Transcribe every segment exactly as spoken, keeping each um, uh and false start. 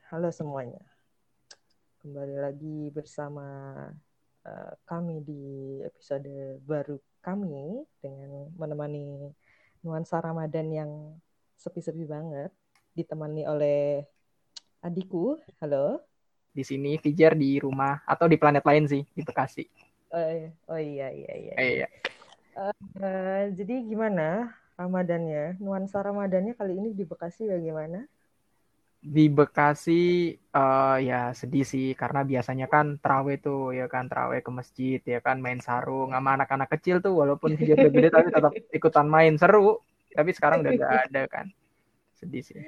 Halo semuanya, kembali lagi bersama uh, kami di episode baru kami dengan menemani nuansa Ramadan yang sepi-sepi banget, ditemani oleh adikku. Halo. Di sini Fijar di rumah atau di planet lain sih, di Bekasi. Oh, oh iya iya iya. Eh, iya. Uh, uh, jadi gimana Ramadannya? Nuansa Ramadannya kali ini di Bekasi bagaimana? Di Bekasi uh, ya sedih sih karena biasanya kan terawih tuh ya kan terawih ke masjid ya kan main sarung sama anak-anak kecil tuh walaupun Fijar udah gede tapi tetap ikutan main seru. Tapi sekarang udah gak ada kan. Sedih sih.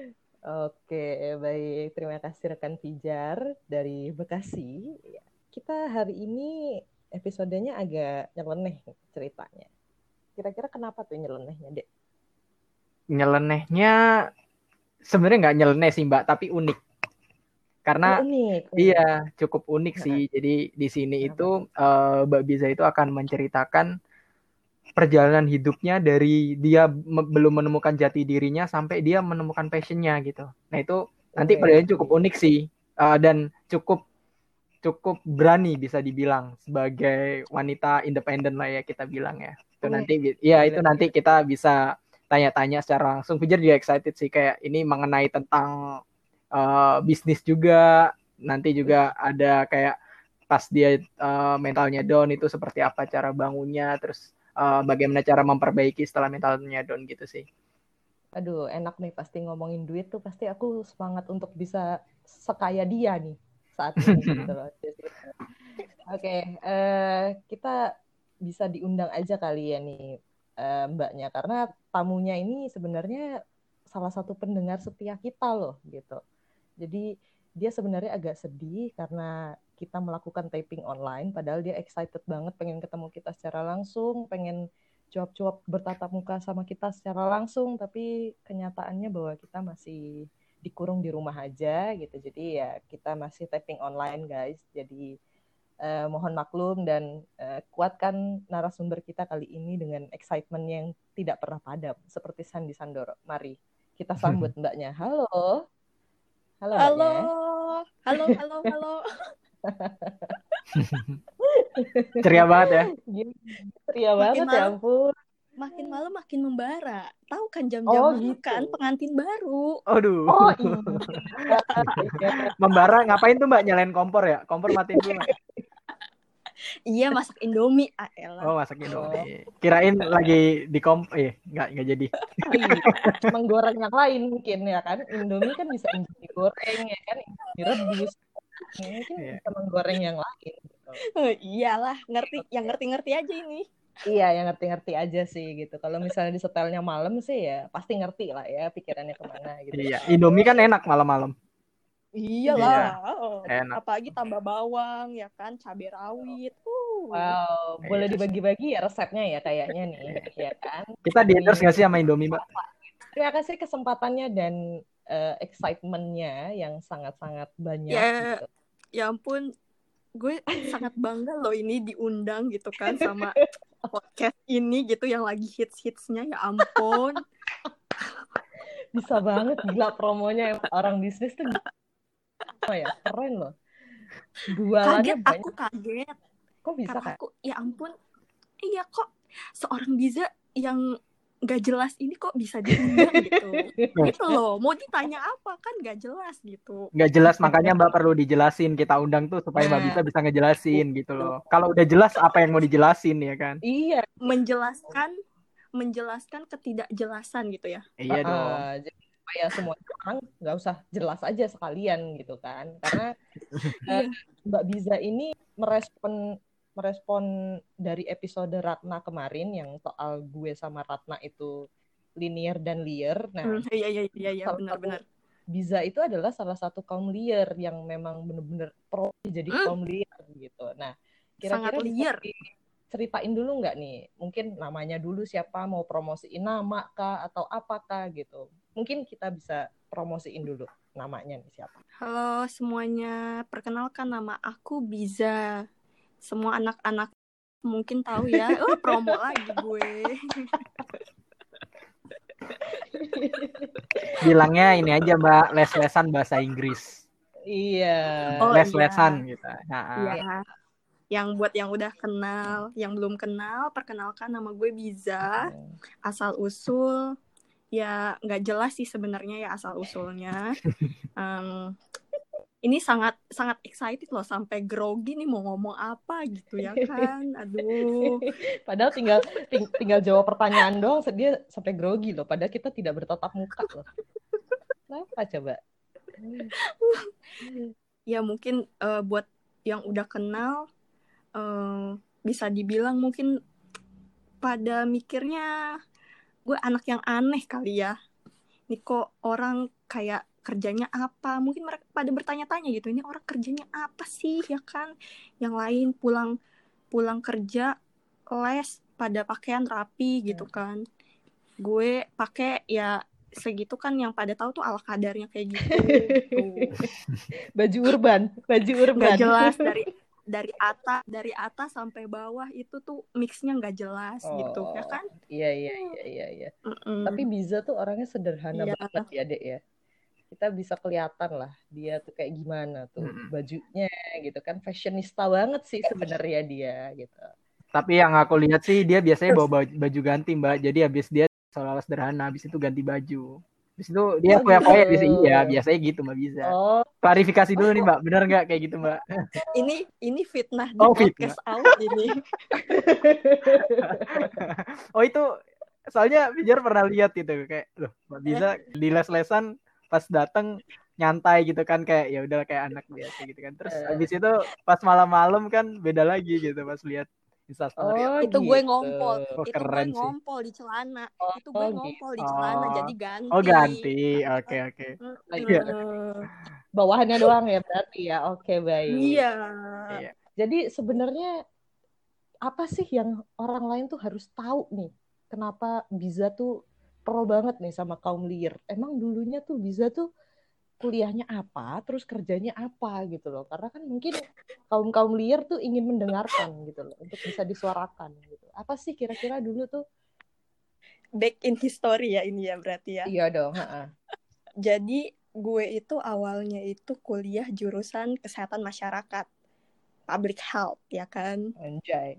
Oke, baik. Terima kasih rekan Pijar dari Bekasi. Kita hari ini episodenya agak nyeleneh ceritanya. Kira-kira kenapa tuh nyelenehnya, Dek? Nyelenehnya sebenarnya nggak nyeleneh sih Mbak, tapi unik. Karena oh, unik, unik. Iya cukup unik sih. Jadi di sini itu uh, Mbak Biza itu akan menceritakan perjalanan hidupnya dari dia me- belum menemukan jati dirinya sampai dia menemukan passionnya gitu. Nah itu nanti perjalanan cukup unik sih uh, dan cukup cukup berani bisa dibilang sebagai wanita independen lah ya kita bilang ya. Itu nanti ya itu nanti kita bisa tanya-tanya secara langsung. Fijar juga excited sih kayak ini mengenai tentang uh, bisnis juga. Nanti juga ada kayak pas dia uh, mentalnya down itu seperti apa cara bangunnya, terus uh, bagaimana cara memperbaiki setelah mentalnya down gitu sih. Aduh, enak nih pasti ngomongin duit tuh pasti aku semangat untuk bisa sekaya dia nih saat ini gitu loh. Oke, okay, uh, kita bisa diundang aja kali ya nih uh, mbaknya karena tamunya ini sebenarnya salah satu pendengar setia kita loh gitu. Jadi dia sebenarnya agak sedih karena kita melakukan taping online, padahal dia excited banget pengen ketemu kita secara langsung, pengen cuap-cuap bertatap muka sama kita secara langsung, tapi kenyataannya bahwa kita masih dikurung di rumah aja gitu. Jadi ya kita masih taping online guys. Jadi eh, mohon maklum dan eh, kuatkan narasumber kita kali ini dengan excitement yang tidak pernah padam seperti Sandi Sandoro. Mari kita sambut mbaknya. Halo. Halo, halo, mbaknya. Halo, halo, halo. Ceria banget ya. Ceria banget makin ya malam, ampun. Makin malam makin membara. Tahu kan jam-jam oh, gitu. Kan pengantin baru. Aduh. Oh iya. Membara ngapain tuh Mbak? Nyalain kompor ya? Kompor matiin dulu. Iya, masak Indomie. Ah, elah. Oh, masak Indomie. Oh. Kirain lagi di komp eh enggak enggak jadi. Menggoreng yang lain mungkin ya kan. Indomie kan bisa digoreng ya kan, direbus. Mungkin yeah. bisa menggoreng yang lain gitu. Oh, iyalah, ngerti yang ngerti-ngerti aja ini. Iya, yang ngerti-ngerti aja sih gitu. Kalau misalnya di setelnya malam sih ya pasti ngerti lah ya pikirannya kemana gitu. Iya, Indomie kan enak malam-malam. Iyalah, iya. Enak. Apalagi tambah bawang ya kan, cabai rawit. Uh. Wow, boleh dibagi-bagi ya resepnya ya kayaknya nih, ya kan? Kita di endorse nggak sih sama Indomie, Mbak? Terima kasih kesempatannya dan uh, excitement-nya yang sangat-sangat banyak. Ya, gitu. Ya ampun, gue sangat bangga loh ini diundang gitu kan sama podcast ini gitu yang lagi hits-hitsnya, ya ampun. Bisa banget gila promonya orang bisnis tuh. Oh ya, keren loh. Jualannya kaget, banyak. Aku kaget. Kok bisa kan? Aku, ya ampun. Iya kok seorang Biza yang gak jelas ini kok bisa diundang gitu. Gitu loh. Mau ditanya apa kan gak jelas gitu. Gak jelas, makanya Mbak perlu dijelasin. Kita undang tuh supaya Mbak bisa bisa ngejelasin gitu loh. Kalau udah jelas apa yang mau dijelasin ya kan? Iya. Menjelaskan menjelaskan ketidakjelasan gitu ya. Iya dong. Uh, jadi supaya semua orang nggak usah jelas aja sekalian gitu kan. Karena uh, Mbak Biza ini merespon merespon dari episode Ratna kemarin yang soal gue sama Ratna itu linear dan liar. Nah, hmm, iya iya iya iya benar-benar. Biza itu adalah salah satu kaum liar yang memang benar-benar pro jadi hmm. kaum liar gitu. Nah, kira-kira liar. Ceritain dulu nggak nih? Mungkin namanya dulu siapa, mau promosiin nama kah atau apakah gitu. Mungkin kita bisa promosiin dulu namanya nih siapa. Halo semuanya, perkenalkan nama aku Biza. Semua anak-anak mungkin tahu ya. Oh, promo lagi gue. Bilangnya ini aja Mbak, les-lesan bahasa Inggris. Iya. Oh, Les-lesan iya. gitu. Nah, Iya. Yang buat yang udah kenal, yang belum kenal, perkenalkan nama gue Biza. Asal usul ya nggak jelas sih sebenarnya ya asal usulnya. um, ini sangat sangat excited loh, sampai grogi nih mau ngomong apa gitu ya kan. Aduh. Padahal tinggal ting- tinggal jawab pertanyaan doang, dia sampai grogi loh. Padahal kita tidak bertatap muka loh. Kenapa coba? Ya mungkin uh, buat yang udah kenal uh, bisa dibilang mungkin pada mikirnya gue anak yang aneh kali ya. Ini kok orang kayak kerjanya apa? Mungkin mereka pada bertanya-tanya gitu. Ini orang kerjanya apa sih ya kan? Yang lain pulang pulang kerja les pada pakaian rapi gitu kan. Gue pakai ya segitu kan, yang pada tahu tuh ala kadarnya kayak gitu. Tuh. Baju urban, baju urban. Gak jelas dari dari atas dari atas sampai bawah itu tuh mixnya nggak jelas oh, gitu ya kan. Iya iya iya iya. iya. Mm-mm. Tapi Biza tuh orangnya sederhana iya. banget ya Dek ya. Kita bisa kelihatan lah dia tuh kayak gimana tuh hmm. bajunya gitu kan, fashionista banget sih sebenarnya dia gitu. Tapi yang aku lihat sih dia biasanya bawa baju, baju ganti Mbak. Jadi habis dia seolah-olah sederhana, habis itu ganti baju. Habis itu dia foya-foya oh, gitu. Iya, biasanya gitu Mbak Biza. Oh. Klarifikasi dulu nih Mbak, benar nggak kayak gitu Mbak? Ini ini fitnah di oh, podcast fitnah. out ini. oh itu soalnya Fijar pernah lihat gitu kayak loh Mbak Biza di les-lesan pas datang nyantai gitu kan, kayak ya udah kayak anak biasa gitu kan. Terus uh. habis itu pas malam-malam kan beda lagi gitu pas lihat Instastory. Oh, itu gitu. Gue ngompol, oh, itu gue ngompol sih. Di celana, oh, itu gue ngompol gitu. di celana, oh. Jadi ganti. Oh ganti, oke okay, oke. Okay. Iya. Bawahannya doang ya berarti ya, oke okay, baik. Iya. iya. Jadi sebenarnya apa sih yang orang lain tuh harus tahu nih? Kenapa Biza tuh pro banget nih sama kaum liar? Emang dulunya tuh Biza tuh kuliahnya apa, terus kerjanya apa gitu loh. Karena kan mungkin kaum-kaum liar tuh ingin mendengarkan gitu loh, untuk bisa disuarakan gitu. Apa sih kira-kira dulu tuh? Back in history ya ini ya berarti ya? Iya dong. Ha-ha. Jadi gue itu awalnya itu kuliah jurusan kesehatan masyarakat, public health ya kan? Anjay.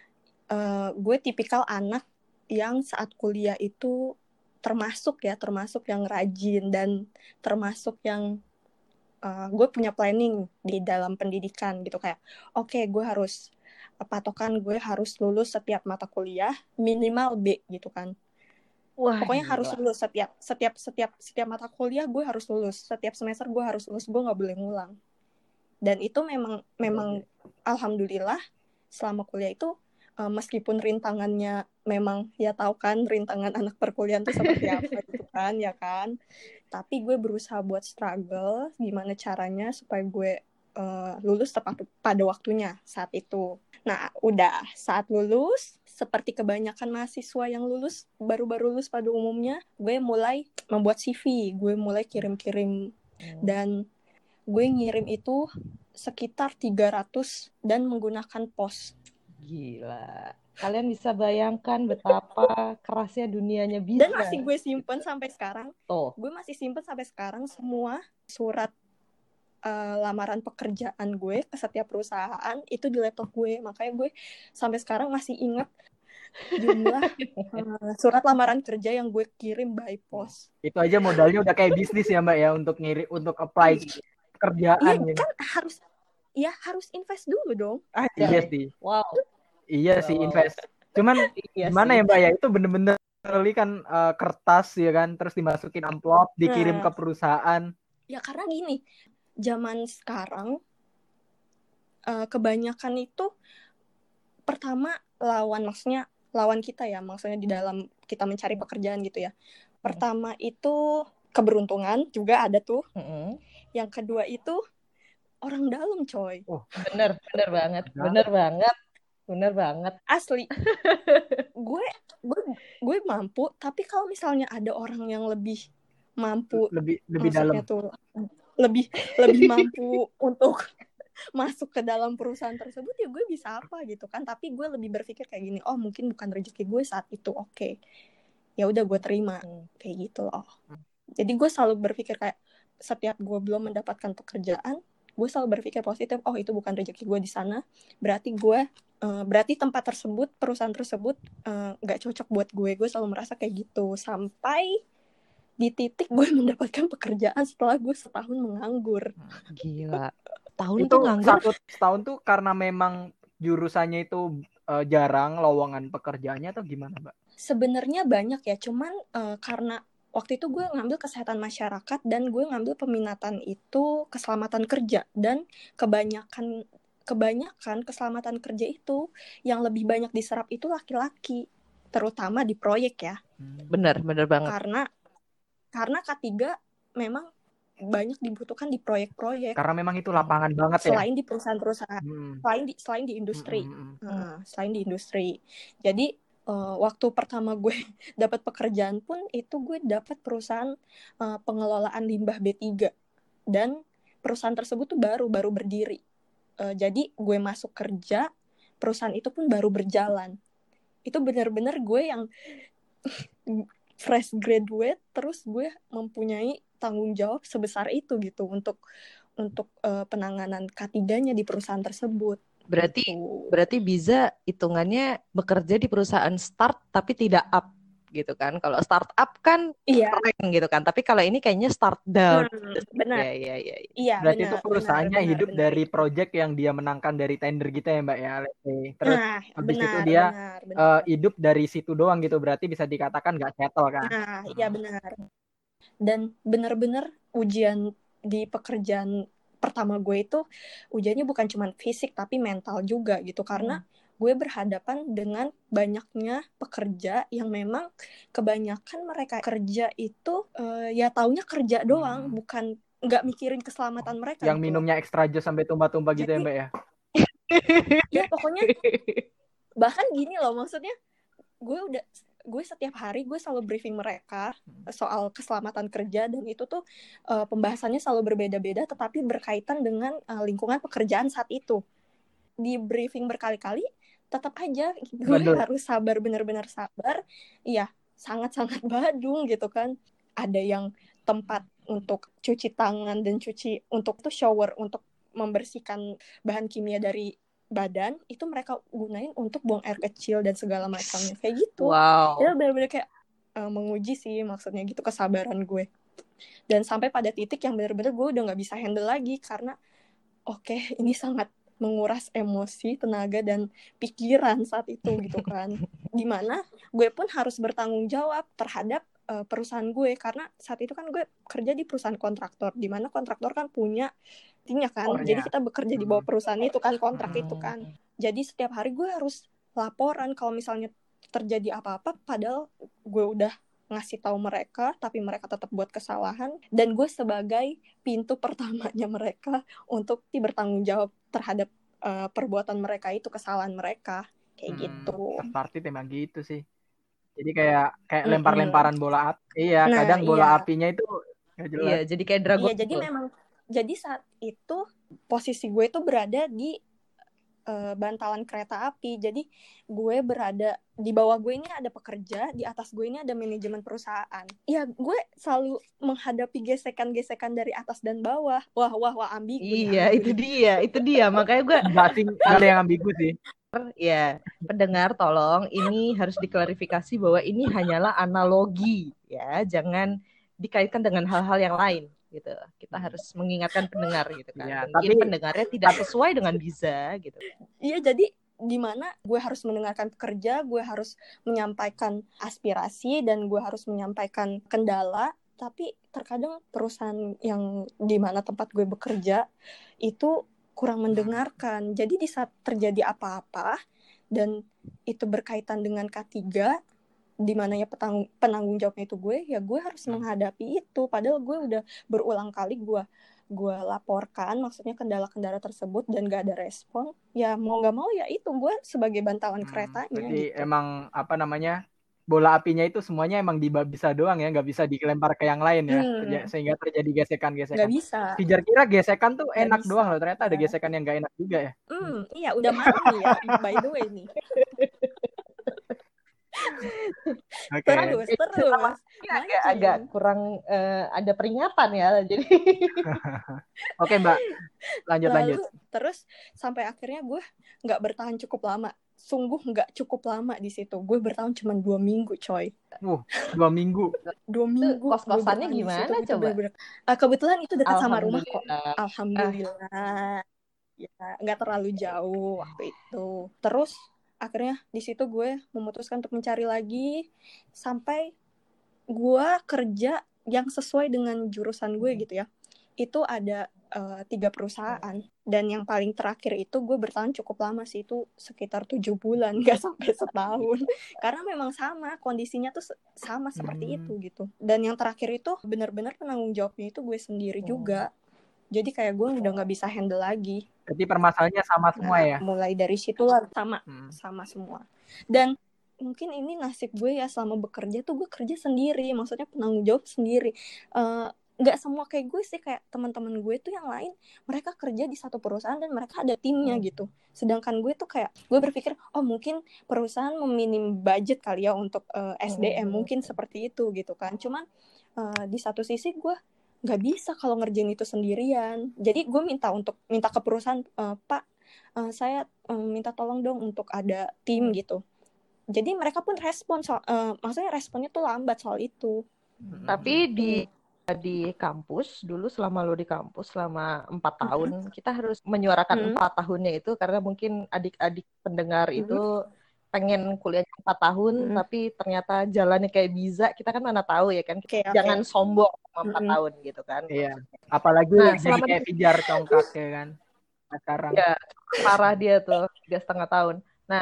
Uh, gue tipikal anak yang saat kuliah itu termasuk ya, termasuk yang rajin dan termasuk yang uh, gue punya planning di dalam pendidikan gitu, kayak oke okay, gue harus patokan gue harus lulus setiap mata kuliah minimal B gitu kan. Wah, pokoknya gila. Harus lulus setiap setiap setiap setiap mata kuliah gue harus lulus, setiap semester gue harus lulus, gue nggak boleh ngulang. Dan itu memang memang okay. Alhamdulillah selama kuliah itu Uh, meskipun rintangannya memang ya tahu kan rintangan anak perkuliahan itu seperti apa gitu kan ya kan, tapi gue berusaha buat struggle gimana caranya supaya gue uh, lulus tepat pada waktunya saat itu. Nah udah saat lulus, seperti kebanyakan mahasiswa yang lulus baru-baru lulus pada umumnya, gue mulai membuat C V, gue mulai kirim-kirim hmm. dan gue ngirim itu sekitar tiga ratus dan menggunakan pos. Gila. Kalian bisa bayangkan betapa kerasnya dunianya Biza. Dan masih gue simpen sampai sekarang. Oh. Gue masih simpen sampai sekarang semua surat uh, lamaran pekerjaan gue ke setiap perusahaan itu di laptop gue. Makanya gue sampai sekarang masih ingat jumlah uh, surat lamaran kerja yang gue kirim by post. Itu aja modalnya udah kayak bisnis ya Mbak ya, untuk ngirim, untuk apply kerjaan. Iya gitu. kan harus, ya harus invest dulu dong. Ah, iya sih. Wow. Iya sih invest. Cuman iya gimana sih. Ya Mbak ya, itu bener-bener kan uh, kertas ya kan, terus dimasukin amplop, dikirim nah. ke perusahaan. Ya karena gini, zaman sekarang uh, kebanyakan itu pertama lawan, maksudnya lawan kita ya, maksudnya di dalam kita mencari pekerjaan gitu ya. Pertama itu keberuntungan juga ada tuh. Mm-hmm. Yang kedua itu orang dalam coy. Oh, bener, bener banget, bener banget. Bener banget. Asli. gue gue gue mampu, tapi kalau misalnya ada orang yang lebih mampu, lebih lebih dalam tuh lebih lebih mampu untuk masuk ke dalam perusahaan tersebut, ya gue bisa apa gitu kan. Tapi gue lebih berpikir kayak gini, oh mungkin bukan rezeki gue saat itu, oke. Okay. ya udah gue terima Hmm. kayak gitu loh. Jadi gue selalu berpikir kayak setiap gue belum mendapatkan pekerjaan, gue selalu berpikir positif, oh itu bukan rezeki gue di sana, berarti gue uh, berarti tempat tersebut, perusahaan tersebut nggak uh, cocok buat gue. Gue selalu merasa kayak gitu sampai di titik gue mendapatkan pekerjaan setelah gue setahun menganggur. Gila, tahun Itu tuh nganggur. satu setahun tuh karena memang jurusannya itu uh, jarang lowongan pekerjaannya atau gimana, Mbak? Sebenarnya banyak ya, cuman uh, karena waktu itu gue ngambil kesehatan masyarakat dan gue ngambil peminatan itu keselamatan kerja, dan kebanyakan kebanyakan keselamatan kerja itu yang lebih banyak diserap itu laki-laki, terutama di proyek ya. Bener, bener banget. Karena karena K tiga memang banyak dibutuhkan di proyek-proyek. Karena memang itu lapangan banget ya. Selain di perusahaan-perusahaan, hmm. selain di selain di industri, hmm, hmm, hmm. Uh, selain di industri. Jadi Uh, waktu pertama gue dapat pekerjaan pun itu gue dapat perusahaan uh, pengelolaan limbah B tiga, dan perusahaan tersebut tuh baru baru berdiri. Uh, jadi gue masuk kerja, perusahaan itu pun baru berjalan. Itu benar-benar gue yang fresh graduate, terus gue mempunyai tanggung jawab sebesar itu gitu untuk untuk uh, penanganan K tiga-nya di perusahaan tersebut. Berarti gitu. Berarti bisa hitungannya bekerja di perusahaan start tapi tidak up gitu kan. Kalau start up kan iya. keren gitu kan. Tapi kalau ini kayaknya start down. Hmm, benar. Iya, iya, iya. Iya, berarti benar, itu perusahaannya benar, hidup benar, dari benar. project yang dia menangkan dari tender gitu ya, Mbak ya. Terus nah, habis benar, itu dia benar, benar. Uh, hidup dari situ doang gitu. Berarti bisa dikatakan nggak settle kan. Nah, iya benar. Dan benar-benar ujian di pekerjaan pertama gue itu ujiannya bukan cuma fisik tapi mental juga gitu, karena hmm. gue berhadapan dengan banyaknya pekerja yang memang kebanyakan mereka kerja itu uh, ya taunya kerja doang, hmm. bukan nggak mikirin keselamatan mereka. Yang gitu. minumnya extra jus sampai tumpah-tumpah gitu ya, Mbak ya. Ya pokoknya bahkan gini loh, maksudnya gue udah gue setiap hari gue selalu briefing mereka soal keselamatan kerja, dan itu tuh uh, pembahasannya selalu berbeda-beda tetapi berkaitan dengan uh, lingkungan pekerjaan saat itu. Di briefing berkali-kali tetap aja gue Betul. harus sabar, benar-benar sabar. Iya, sangat-sangat badung gitu kan. Ada yang tempat untuk cuci tangan dan cuci untuk tuh shower untuk membersihkan bahan kimia dari badan itu mereka gunain untuk buang air kecil dan segala macamnya kayak gitu. Wow. Itu benar-benar kayak uh, menguji sih maksudnya gitu kesabaran gue. Dan sampai pada titik yang benar-benar gue udah nggak bisa handle lagi karena oke okay, ini sangat menguras emosi, tenaga dan pikiran saat itu gitu kan. Dimana gue pun harus bertanggung jawab terhadap uh, perusahaan gue, karena saat itu kan gue kerja di perusahaan kontraktor, dimana kontraktor kan punya artinya kan, oh, jadi ya. Kita bekerja di bawah perusahaan itu kan, kontrak hmm. itu kan. Jadi setiap hari gue harus laporan kalau misalnya terjadi apa-apa, padahal gue udah ngasih tahu mereka, tapi mereka tetap buat kesalahan. Dan gue sebagai pintu pertamanya mereka untuk bertanggung jawab terhadap uh, perbuatan mereka itu, kesalahan mereka kayak hmm, gitu. Party memang gitu sih. Jadi kayak kayak lempar-lemparan bola api. Iya, nah, kadang bola iya. apinya itu gak jelas. Iya, jadi kayak dragon. Iya, jadi memang jadi saat itu posisi gue tuh berada di uh, bantalan kereta api. Jadi gue berada di bawah gue ini ada pekerja, di atas gue ini ada manajemen perusahaan. Ya gue selalu menghadapi gesekan-gesekan dari atas dan bawah. Wah wah wah ambigu. Iya, ambigu. itu dia, itu dia. Makanya gue batin ada yang ambigu sih. Ya, pendengar tolong ini harus diklarifikasi bahwa ini hanyalah analogi ya, jangan dikaitkan dengan hal-hal yang lain. Gitu. Kita harus mengingatkan pendengar gitu kan. Ya, mungkin tapi, pendengarnya tidak sesuai dengan Biza gitu. Iya, jadi gimana gue harus mendengarkan pekerja, gue harus menyampaikan aspirasi dan gue harus menyampaikan kendala, tapi terkadang perusahaan yang di mana tempat gue bekerja itu kurang mendengarkan. Jadi di saat terjadi apa-apa dan itu berkaitan dengan K tiga, di mana ya petanggung, penanggung jawabnya itu gue, ya gue harus menghadapi itu. Padahal gue udah berulang kali gue gue laporkan, maksudnya kendala-kendala tersebut dan gak ada respon. Ya mau nggak mau ya itu gue sebagai bantalan hmm, keretanya. Jadi gitu. Emang apa namanya bola apinya itu semuanya emang di bisa doang ya, nggak bisa dilempar ke yang lain ya, hmm. sehingga terjadi gesekan-gesekan. Nggak bisa. Pijar kira gesekan tuh gak enak bisa. Doang loh, ternyata ada ya. gesekan yang nggak enak juga ya. Hmm, iya udah malam nih ya, by the way nih. Oke. Terus, Eh, terus. sama ini agak agak Mancing. kurang eh, ada peringatan ya. Jadi Oke Mbak, lanjut lanjut. Lalu terus sampai akhirnya gue nggak bertahan cukup lama. Sungguh nggak cukup lama di situ. Gue bertahan cuma dua minggu, coy. Wuh, dua minggu. Dua itu minggu. gue kos-kosannya bertahan di situ, gimana gitu, coba? bener-bener. Ah, kebetulan itu dekat sama rumah kok. Alhamdulillah. Alhamdulillah. Ya, nggak terlalu jauh waktu itu. Terus akhirnya di situ gue memutuskan untuk mencari lagi sampai gue kerja yang sesuai dengan jurusan gue gitu ya. Itu ada uh, tiga perusahaan dan yang paling terakhir itu gue bertahan cukup lama sih, itu sekitar tujuh bulan, nggak sampai setahun. Karena memang sama kondisinya tuh se- sama seperti Hmm. itu gitu. Dan yang terakhir itu benar-benar penanggung jawabnya itu gue sendiri juga. Jadi kayak gue udah nggak bisa handle lagi. Berarti permasalahannya sama semua Nah, ya? mulai dari situ lah sama Hmm. sama semua. Dan mungkin ini nasib gue ya, selama bekerja tuh gue kerja sendiri, maksudnya penanggung jawab sendiri. Eh, nggak semua kayak gue sih, kayak teman-teman gue tuh yang lain mereka kerja di satu perusahaan dan mereka ada timnya gitu. Sedangkan gue tuh kayak gue berpikir oh mungkin perusahaan meminim budget kali ya untuk uh, S D M, mungkin seperti itu gitu kan. Cuman uh, di satu sisi gue nggak bisa kalau ngerjain itu sendirian. Jadi gue minta untuk minta ke perusahaan, e, Pak, uh, saya um, minta tolong dong untuk ada tim gitu. Jadi mereka pun respon soal, uh, maksudnya responnya tuh lambat soal itu. Tapi di di kampus dulu, selama lo di kampus selama empat tahun, mm-hmm. kita harus menyuarakan empat mm-hmm. tahunnya itu karena mungkin adik-adik pendengar mm-hmm. itu pengen kuliahnya empat tahun, mm-hmm. tapi ternyata jalannya kayak Biza, kita kan mana tahu ya kan, okay, jangan okay. sombong sama empat mm-hmm. tahun gitu kan. Iya. Apalagi nah, jadi kayak Fijar congkak ya kan. Sekarang. Ya, parah dia tuh tiga setengah tahun. Nah,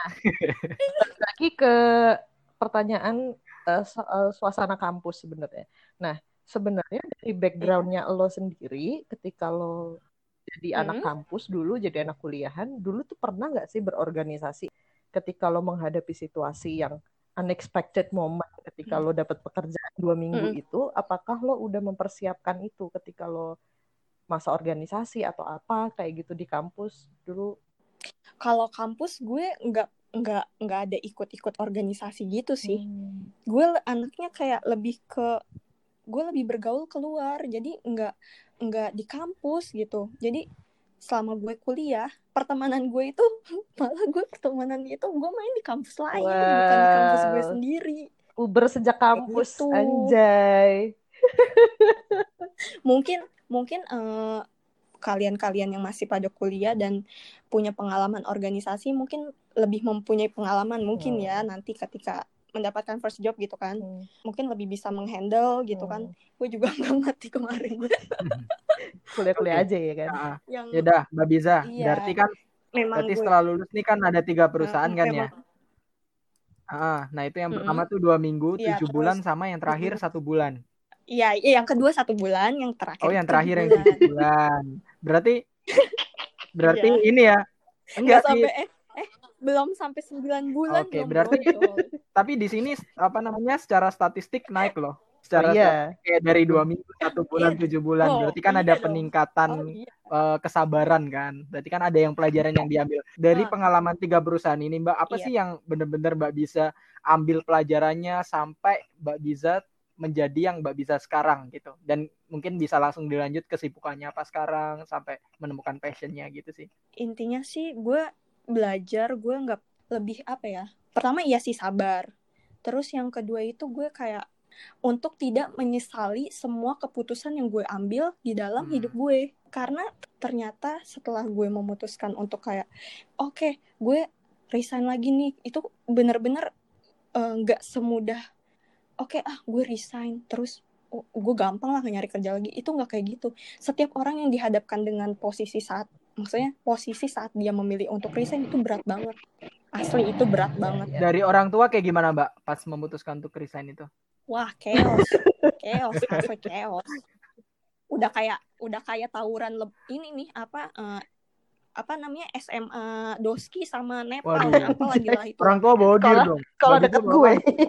lagi ke pertanyaan uh, soal suasana kampus sebenarnya. Nah, sebenarnya dari background-nya yeah. lo sendiri, ketika lo jadi mm-hmm. anak kampus dulu, jadi anak kuliahan, dulu tuh pernah nggak sih berorganisasi? Ketika lo menghadapi situasi yang unexpected moment, ketika mm-hmm. lo dapat pekerjaan dua minggu mm-hmm. itu, apakah lo udah mempersiapkan itu ketika lo masa organisasi atau apa kayak gitu di kampus dulu? Kalau kampus gue nggak nggak nggak ada ikut-ikut organisasi gitu sih. Hmm. Gue anaknya kayak lebih ke gue lebih bergaul keluar, jadi nggak nggak di kampus gitu. Jadi selama gue kuliah, pertemanan gue itu malah gue pertemanan itu gue main di kampus lain, wow. bukan di kampus gue sendiri. Uber sejak kampus, gitu. Anjay. mungkin mungkin uh, kalian-kalian yang masih pada kuliah dan punya pengalaman organisasi mungkin lebih mempunyai pengalaman mungkin hmm. ya nanti ketika mendapatkan first job gitu kan, hmm. mungkin lebih bisa menghandle gitu hmm. kan. Gue juga nggak ngerti kemarin. Kuliah-kuliah okay. aja ya kan. Nah, yang... Yaudah, Mbak Biza. Iya, berarti kan memang berarti gue... setelah lulus nih kan ada tiga perusahaan nah, kan memang... ya. Ah, nah itu yang mm-hmm. pertama tuh dua minggu, ya, tujuh terus... bulan, sama yang terakhir mm-hmm. satu bulan. Iya, iya, yang kedua satu bulan, yang terakhir. Oh, yang terakhir yang tujuh bulan. Berarti, berarti ya. ini ya. Enggak sih. Sampai eh, eh belum sampai sembilan bulan. Oke, okay, berarti. Tapi di sini apa namanya secara statistik naik loh. Secara oh, iya. kayak dari dua minggu, satu bulan, tujuh bulan. Oh, berarti kan iya ada dong. peningkatan oh, iya. uh, kesabaran kan. Berarti kan ada yang pelajaran yang diambil. Dari ah. pengalaman tiga perusahaan ini, Mbak, apa iya. sih yang benar-benar Mbak bisa ambil pelajarannya sampai Mbak bisa menjadi yang Mbak bisa sekarang gitu, dan mungkin bisa langsung dilanjut kesibukannya apa sekarang sampai menemukan passionnya gitu sih. Intinya sih gue belajar, gue nggak lebih apa ya, pertama iya sih sabar, terus yang kedua itu gue kayak untuk tidak menyesali semua keputusan yang gue ambil di dalam hmm. hidup gue, karena ternyata setelah gue memutuskan untuk kayak oke okay, gue resign lagi nih, itu benar-benar nggak uh, semudah oke okay, ah gue resign terus oh, gue gampang lah nyari kerja lagi. Itu nggak kayak gitu. Setiap orang yang dihadapkan dengan posisi saat maksudnya posisi saat dia memilih untuk resign itu berat banget, asli itu berat banget. Dari orang tua kayak gimana Mbak pas memutuskan untuk resign itu? Wah chaos chaos asli chaos, udah kayak udah kayak tawuran le- ini nih apa uh, apa namanya S M A Doski sama Nepal. Waduh. Apa lagi lah itu. Orang tua bawa dia dong kalau deket gue.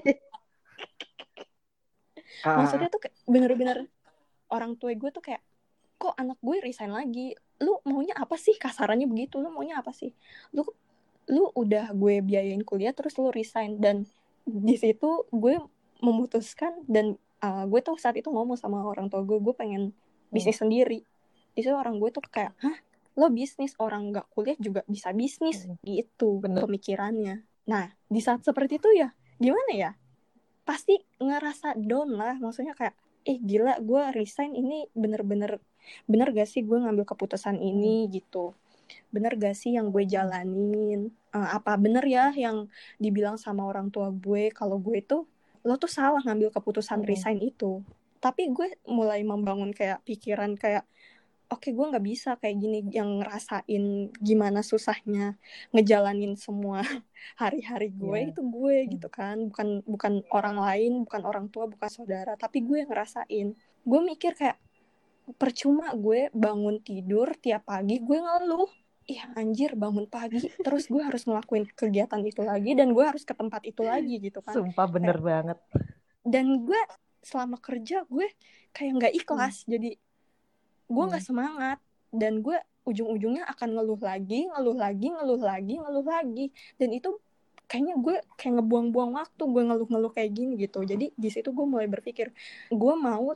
Maksudnya tuh bener-bener orang tua gue tuh kayak kok anak gue resign lagi, lu maunya apa sih, kasarannya begitu, lu maunya apa sih, lu lu udah gue biayain kuliah terus lu resign, dan di situ gue memutuskan dan uh, gue tuh saat itu ngomong sama orang tua gue, gue pengen bisnis hmm. sendiri. Di situ orang gue tuh kayak, hah, lo bisnis, orang nggak kuliah juga bisa bisnis, hmm. gitu. Bener. Pemikirannya. Nah, di saat seperti itu ya, gimana ya? Pasti ngerasa down lah, maksudnya kayak, eh gila, gue resign ini bener-bener, bener gak sih gue ngambil keputusan ini, hmm. gitu. Bener gak sih yang gue jalanin, uh, apa bener ya yang dibilang sama orang tua gue kalau gue tuh lo tuh salah ngambil keputusan hmm. resign itu. Tapi gue mulai membangun kayak pikiran kayak oke, okay, gue nggak bisa kayak gini yang ngerasain gimana susahnya ngejalanin semua hari-hari gue, yeah. itu gue hmm. gitu kan, bukan bukan orang lain, bukan orang tua, bukan saudara, tapi gue yang ngerasain. Gue mikir kayak percuma gue bangun tidur tiap pagi gue ngeluh, ih anjir bangun pagi terus gue harus ngelakuin kegiatan itu lagi dan gue harus ke tempat itu lagi gitu kan. Sumpah bener kayak, banget. Dan gue selama kerja gue kayak nggak ikhlas, hmm. jadi gue nggak hmm. semangat dan gue ujung-ujungnya akan ngeluh lagi, ngeluh lagi, ngeluh lagi, ngeluh lagi, dan itu kayaknya gue kayak ngebuang-buang waktu gue ngeluh-ngeluh kayak gini gitu. Jadi di situ gue mulai berpikir gue mau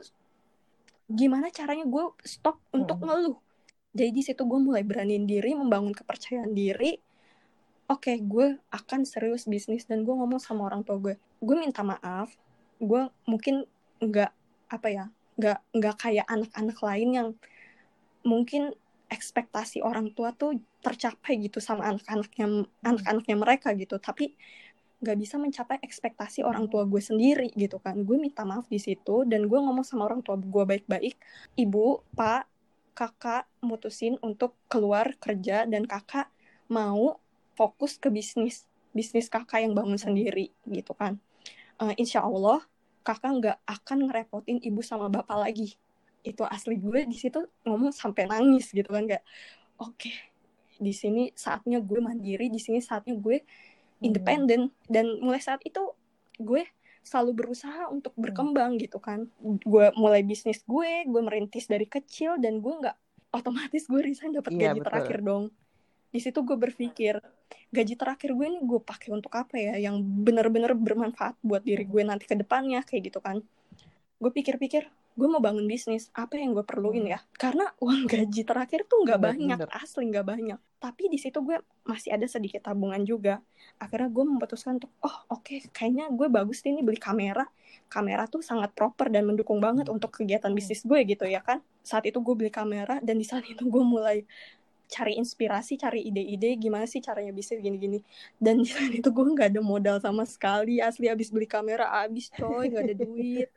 gimana caranya gue stop untuk ngeluh. Jadi di situ gue mulai beraniin diri, membangun kepercayaan diri. Oke, okay, gue akan serius bisnis dan gue ngomong sama orang tua gue. Gue minta maaf. Gue mungkin nggak apa ya, nggak nggak kayak anak-anak lain yang mungkin ekspektasi orang tua tuh tercapai gitu sama anak-anaknya anak-anaknya mereka gitu. Tapi nggak bisa mencapai ekspektasi orang tua gue sendiri gitu kan. Gue minta maaf di situ dan gue ngomong sama orang tua gue baik-baik, ibu, pak, kakak mutusin untuk keluar kerja dan kakak mau fokus ke bisnis bisnis kakak yang bangun sendiri gitu kan. Uh, insya Allah kakak nggak akan ngerepotin ibu sama bapak lagi. Itu asli gue di situ ngomong sampai nangis gitu kan, kayak oke, okay, di sini saatnya gue mandiri, di sini saatnya gue independen. Dan mulai saat itu gue selalu berusaha untuk berkembang hmm. gitu kan. Gue mulai bisnis gue, gue merintis dari kecil dan gue nggak otomatis gue resign dapat iya, gaji betul. terakhir dong. Di situ gue berpikir gaji terakhir gue ini gue pakai untuk apa ya, yang benar-benar bermanfaat buat diri gue nanti ke depannya kayak gitu kan. Gue pikir-pikir gue mau bangun bisnis, apa yang gue perluin ya? Karena uang gaji terakhir tuh nggak banyak, bener. Asli nggak banyak. Tapi di situ gue masih ada sedikit tabungan juga. Akhirnya gue memutuskan untuk, oh oke, okay, kayaknya gue bagus nih beli kamera. Kamera tuh sangat proper dan mendukung banget untuk kegiatan bisnis gue gitu ya kan. Saat itu gue beli kamera dan di saat itu gue mulai cari inspirasi, cari ide-ide gimana sih caranya bisnis gini-gini. Dan di saat itu gue nggak ada modal sama sekali. Asli abis beli kamera abis coy, nggak ada duit.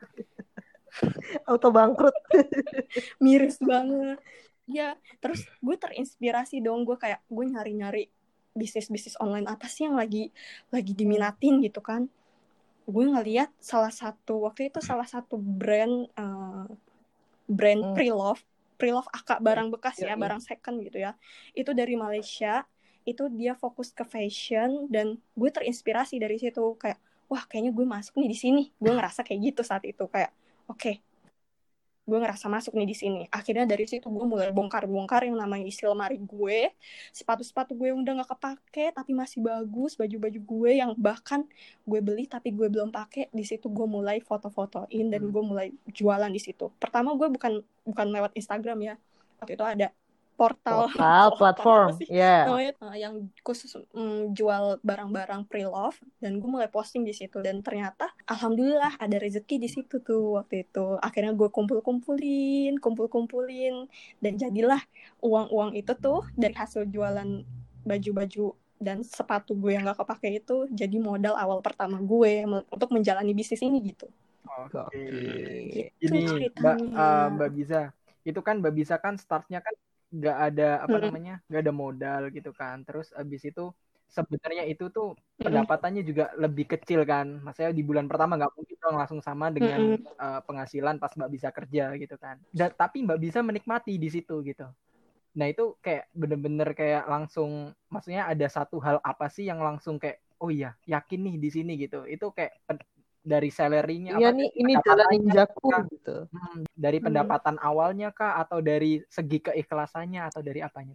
Auto bangkrut. Miris banget ya. Terus gue terinspirasi dong, gue kayak gue nyari-nyari bisnis-bisnis online apa sih yang lagi lagi diminatin gitu kan. Gue ngeliat salah satu waktu itu salah satu brand uh, brand hmm. Pre-Love Pre-Love akak barang bekas ya, ya, barang second gitu ya, itu dari Malaysia. Itu dia fokus ke fashion dan gue terinspirasi dari situ, kayak wah kayaknya gue masuk nih di sini. Gue ngerasa kayak gitu saat itu, kayak oke, okay, gue ngerasa masuk nih di sini. Akhirnya dari situ gue mulai bongkar-bongkar yang namanya isi lemari gue, sepatu-sepatu gue yang udah nggak kepake tapi masih bagus, baju-baju gue yang bahkan gue beli tapi gue belum pakai. Di situ gue mulai foto-fotoin dan gue mulai jualan di situ. Pertama gue bukan bukan lewat Instagram ya, waktu itu ada portal, portal platform ya, yeah. uh, yang khusus um, jual barang-barang pre-love, dan gue mulai posting di situ. Dan ternyata alhamdulillah ada rezeki di situ tuh waktu itu. Akhirnya gue kumpul-kumpulin kumpul-kumpulin dan jadilah uang-uang itu tuh dari hasil jualan baju-baju dan sepatu gue yang gak kepake itu jadi modal awal pertama gue untuk menjalani bisnis ini gitu. Oke, okay. Gitu ini Mbak, uh, Mbak Biza, itu kan Mbak Biza kan startnya kan nggak ada apa namanya nggak ada modal gitu kan. Terus abis itu sebenarnya itu tuh pendapatannya juga lebih kecil kan. Maksudnya di bulan pertama nggak mungkin dong langsung sama dengan uh, penghasilan pas Mbak Biza kerja gitu kan. Dan tapi Mbak Biza menikmati di situ gitu. Nah itu kayak bener-bener kayak langsung, maksudnya ada satu hal apa sih yang langsung kayak oh iya yakin nih di sini gitu. Itu kayak pen- dari salary-nya iya apa nih ini jalan ninjaku gitu. Hmm, dari pendapatan hmm. awalnya kah atau dari segi keikhlasannya atau dari apanya teman?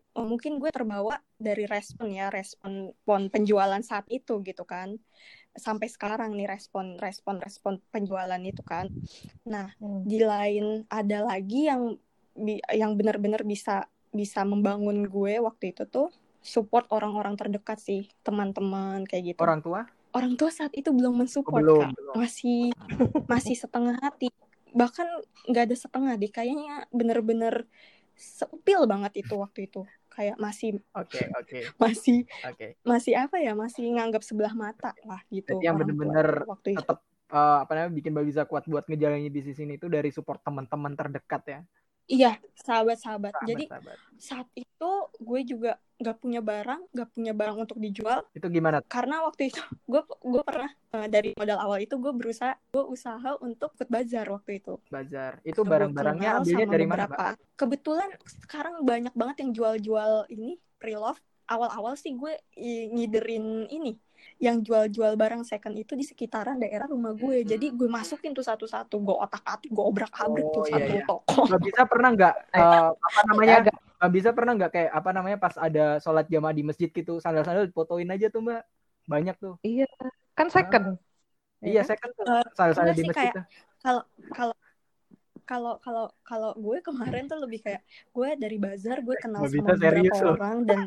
oh, mungkin gue terbawa dari respon ya, respon pon penjualan saat itu gitu kan. Sampai sekarang nih respon respon respon penjualan itu kan. Nah, Hmm. di lain ada lagi yang bi- yang benar-benar bisa bisa membangun gue waktu itu tuh support orang-orang terdekat sih, teman-teman kayak gitu. Orang tua? Orang tua saat itu belum Oh, mensupport belum, Kak. belum. Masih masih setengah hati. Bahkan nggak ada setengah deh, kayaknya bener-bener seupil banget itu waktu itu. Kayak masih Oke, oke, masih oke. masih apa ya, masih nganggap sebelah mata lah gitu Jadi yang orang tua bener-bener tuh waktu itu. tetap eh, apa namanya bikin Mbak bisa kuat buat ngejalanin bisnis ini itu dari support teman-teman terdekat ya. Iya, sahabat-sahabat. Jadi Sahabat-sahabat. saat itu gue juga nggak punya barang, nggak punya barang untuk dijual. Itu gimana? Karena waktu itu gue gue pernah uh, dari modal awal itu gue berusaha gue usaha untuk ikut bazar waktu itu. Bazar. Itu Gue barang-barangnya kenal ambilnya sama dari mana, Mbak? beberapa. Kebetulan sekarang banyak banget yang jual-jual ini pre-love. Awal-awal sih gue i- ngiderin ini yang jual-jual barang second itu di sekitaran daerah rumah gue. Jadi gue masukin tuh satu-satu, gue otak-atik, gue obrak-abrik Oh tuh iya satu iya. toko. Mbak bisa pernah nggak eh, apa namanya? Agak. Mbak bisa pernah nggak kayak apa namanya pas ada sholat jamaah di masjid gitu sandal-sandal fotoin aja tuh Mbak. Banyak tuh. Iya, kan second. Iya, Ya kan? saya kan tuh Uh, sandal-sandal enggak di sih masjid kayak tuh. kalau kalau kalau kalau kalau gue kemarin tuh lebih kayak gue dari bazar gue kenal Mbak sama bisa beberapa serius loh. orang dan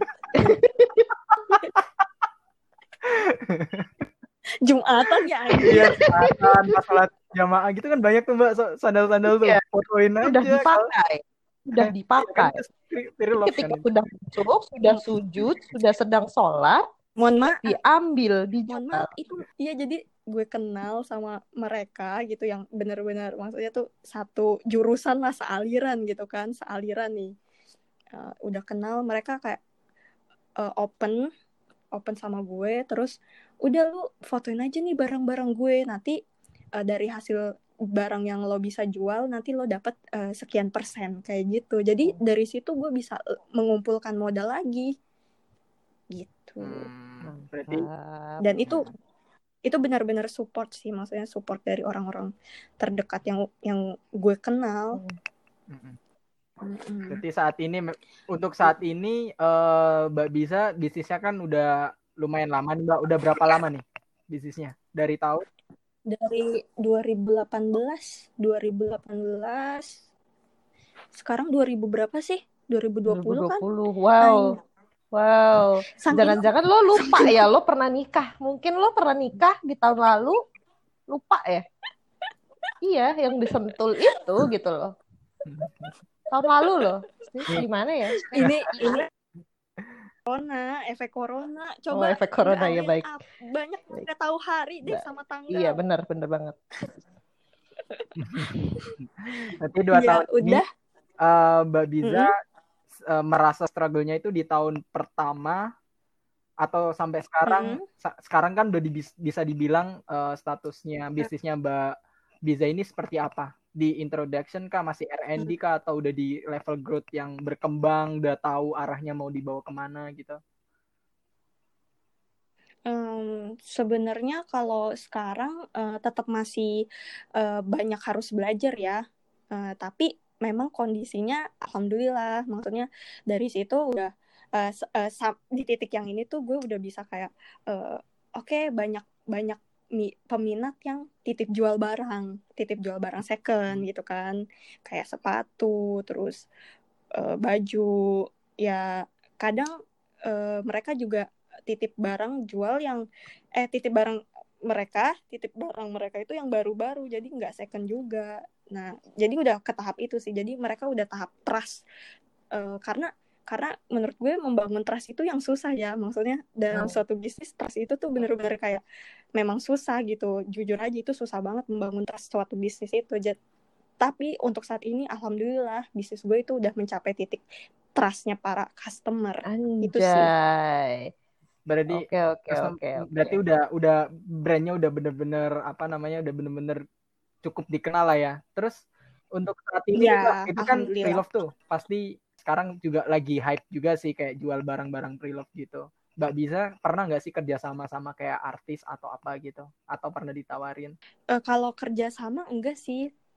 Jumatan ya anjir. Iya, Jumatan pas sholat jamaah gitu kan banyak tuh Mbak so- sandal-sandal tuh Iya. fotoin aja. Sudah dipakai. Sudah Kan dipakai. itu pre love Ketika kan. sudah duduk, sudah sujud, sudah sedang sholat, Mohon maaf, diambil, mohon dijual. maaf itu iya jadi gue kenal sama mereka gitu yang benar-benar maksudnya tuh satu jurusan lah, sealiran gitu kan, sealiran nih. Uh, udah kenal mereka kayak uh, open open sama gue, terus udah lu fotoin aja nih barang-barang gue, nanti uh, dari hasil barang yang lo bisa jual nanti lo dapat uh, sekian persen kayak gitu. Jadi dari situ gue bisa uh, mengumpulkan modal lagi gitu. Hmm, berarti Dan itu itu benar-benar support sih, maksudnya support dari orang-orang terdekat yang yang gue kenal. Mm-mm. Mm-mm. Berarti saat ini untuk saat ini uh, Mbak bisa bisnisnya kan udah lumayan lama nih Mbak. Udah berapa lama nih bisnisnya? Dari tahun? Dari dua ribu delapan belas sekarang dua ribu berapa sih? dua ribu dua puluh kan? Wow. Ay. Wow. Saking- Jangan-jangan lo lupa ya, lo pernah nikah. Mungkin lo pernah nikah di tahun lalu, lupa ya? Iya, yang disentul itu gitu loh. Tahun lalu loh. Ini gimana ya? Ini ini corona, efek corona. Coba Oh, efek corona ya, baik. up. Banyak nggak tahu hari deh sama tanggal. Iya, benar, benar banget. Berarti dua ya, tahun udah. ini uh, Mbak Biza Mm-hmm. uh, merasa struggle-nya itu di tahun pertama atau sampai sekarang? Mm-hmm. Sa- sekarang kan udah di- bisa dibilang uh, statusnya bisnisnya Mbak Biza ini seperti apa? Di introduction kah, masih R and D kah, atau udah di level growth yang berkembang, udah tahu arahnya mau dibawa kemana gitu? Um, sebenarnya kalau sekarang uh, tetap masih uh, banyak harus belajar ya, uh, tapi memang kondisinya alhamdulillah, maksudnya dari situ udah uh, uh, di titik yang ini tuh gue udah bisa kayak uh, oke okay, banyak banyak peminat yang titip jual barang, titip jual barang second gitu kan, kayak sepatu, terus uh, baju, ya kadang uh, mereka juga titip barang jual yang eh titip barang mereka, titip barang mereka itu yang baru-baru, jadi nggak second juga. Nah, jadi udah ke tahap itu sih, jadi mereka udah tahap trust, uh, karena karena menurut gue membangun trust itu yang susah ya, maksudnya dalam oh. suatu bisnis trust itu tuh bener-bener kayak memang susah gitu, jujur aja itu susah banget membangun trust suatu bisnis itu. Jadi, tapi untuk saat ini alhamdulillah bisnis gue itu udah mencapai titik trustnya para customer. Anjay. Itu sih. Berarti oke oke oke. Berarti udah udah brandnya udah bener-bener apa namanya udah bener-bener cukup dikenal lah ya. Terus untuk saat ini ya, Mbak, itu kan pre-love tuh pasti sekarang juga lagi hype juga sih kayak jual barang-barang pre-love gitu. Mbak bisa pernah nggak sih kerja sama sama kayak artis atau apa gitu? Atau pernah ditawarin? Uh, kalau kerja sama enggak sih.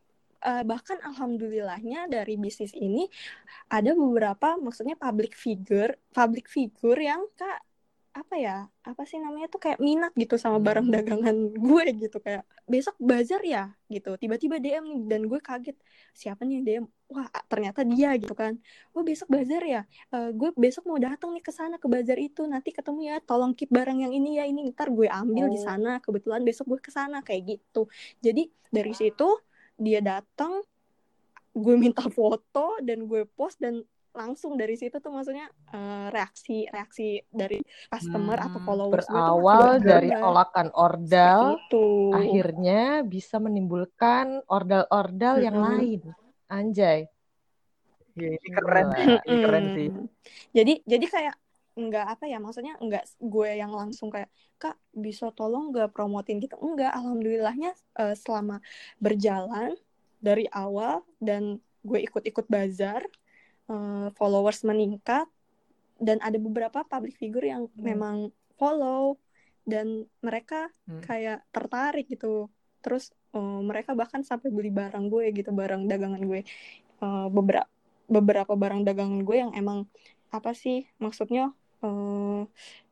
uh, bahkan alhamdulillahnya dari bisnis ini ada beberapa maksudnya public figure public figure yang kak apa ya apa sih namanya tuh kayak minat gitu sama barang Hmm. dagangan gue gitu, kayak besok bazar ya gitu, tiba-tiba D M nih dan gue kaget siapa nih yang D M, wah ternyata dia gitu kan, wah besok bazar ya, uh, gue besok mau datang nih ke sana ke bazar itu, nanti ketemu ya, tolong keep barang yang ini ya ini, ntar gue ambil di Oh. sana, kebetulan besok gue ke sana kayak gitu. Jadi dari situ dia datang, gue minta foto dan gue post, dan langsung dari situ tuh maksudnya uh, reaksi reaksi dari customer Hmm, atau followers gue tuh makin berawal dari bertambah. tolakan Seperti ordal, itu. akhirnya bisa menimbulkan ordal-ordal yang Mm-mm. lain. Anjay. Ya, ini keren sih, Gila. ini keren sih. Mm. Jadi jadi kayak enggak apa ya, maksudnya enggak gue yang langsung kayak kak bisa tolong enggak promotin gitu, enggak, alhamdulillahnya uh, selama berjalan dari awal dan gue ikut-ikut bazar, uh, followers meningkat dan ada beberapa public figure yang Hmm. memang follow dan mereka Hmm. kayak tertarik gitu, terus uh, mereka bahkan sampai beli barang gue gitu, barang dagangan gue, uh, beberapa beberapa barang dagangan gue yang emang apa sih maksudnya uh,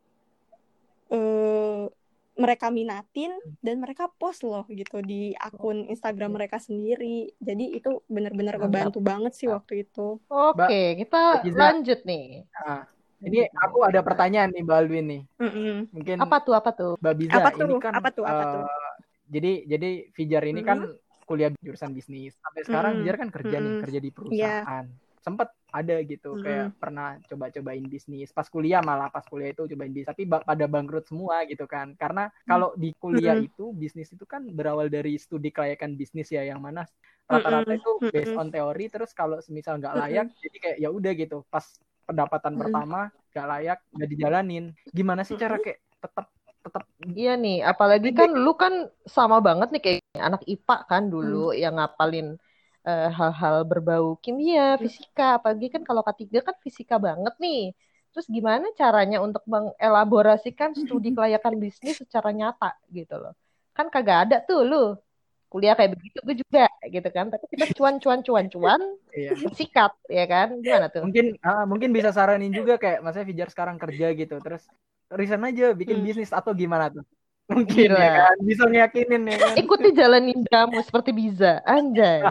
uh, mereka minatin dan mereka post loh gitu di akun Instagram mereka sendiri. Jadi itu benar-benar Mantap. ngebantu banget sih Mantap. waktu itu. Oke, kita Mbak Giza, lanjut nih. nah, ini aku ada pertanyaan nih Mbak Alwin nih. Mm-mm. Mungkin Apa tuh, apa tuh? Mbak Biza Apa tuh? ini kan Apa tuh? Apa tuh? uh, jadi jadi Fijar ini Mm-mm. kan kuliah jurusan bisnis. Sampai sekarang Mm-mm. Fijar kan kerja nih, Mm-mm. kerja di Iya. perusahaan. Sempet ada gitu Mm-mm. kayak pernah coba-cobain bisnis pas kuliah, malah pas kuliah itu cobain bisnis tapi ba- pada bangkrut semua gitu kan. Karena kalau di kuliah Mm-mm. itu bisnis itu kan berawal dari studi kelayakan bisnis ya, yang mana rata-rata Mm-mm. itu based Mm-mm. on teori, terus kalau semisal nggak layak Mm-mm. jadi kayak ya udah gitu, pas pendapatan Mm-mm. pertama nggak layak nggak dijalanin. Gimana sih cara Mm-mm. kayak tetap tetap Iya nih, apalagi kan lu kan sama banget nih kayak anak I P A kan dulu yang ngapalin eh, hal-hal berbau kimia, fisika, apalagi kan kalau K tiga kan fisika banget nih. Terus gimana caranya untuk mengelaborasikan studi kelayakan bisnis secara nyata gitu loh. Kan kagak ada tuh lu kuliah kayak begitu, gue juga gitu kan. Tapi kita cuan-cuan-cuan-cuan Iya. sikat ya kan. Gimana tuh? Mungkin ah, mungkin bisa saranin juga kayak maksudnya Fijar sekarang kerja gitu, terus resign aja bikin Hmm. bisnis atau gimana tuh? Mungkin Gila. ya kan, bisa ngeyakinin ya kan. Ikuti jalan ninjamu seperti Biza, anjay.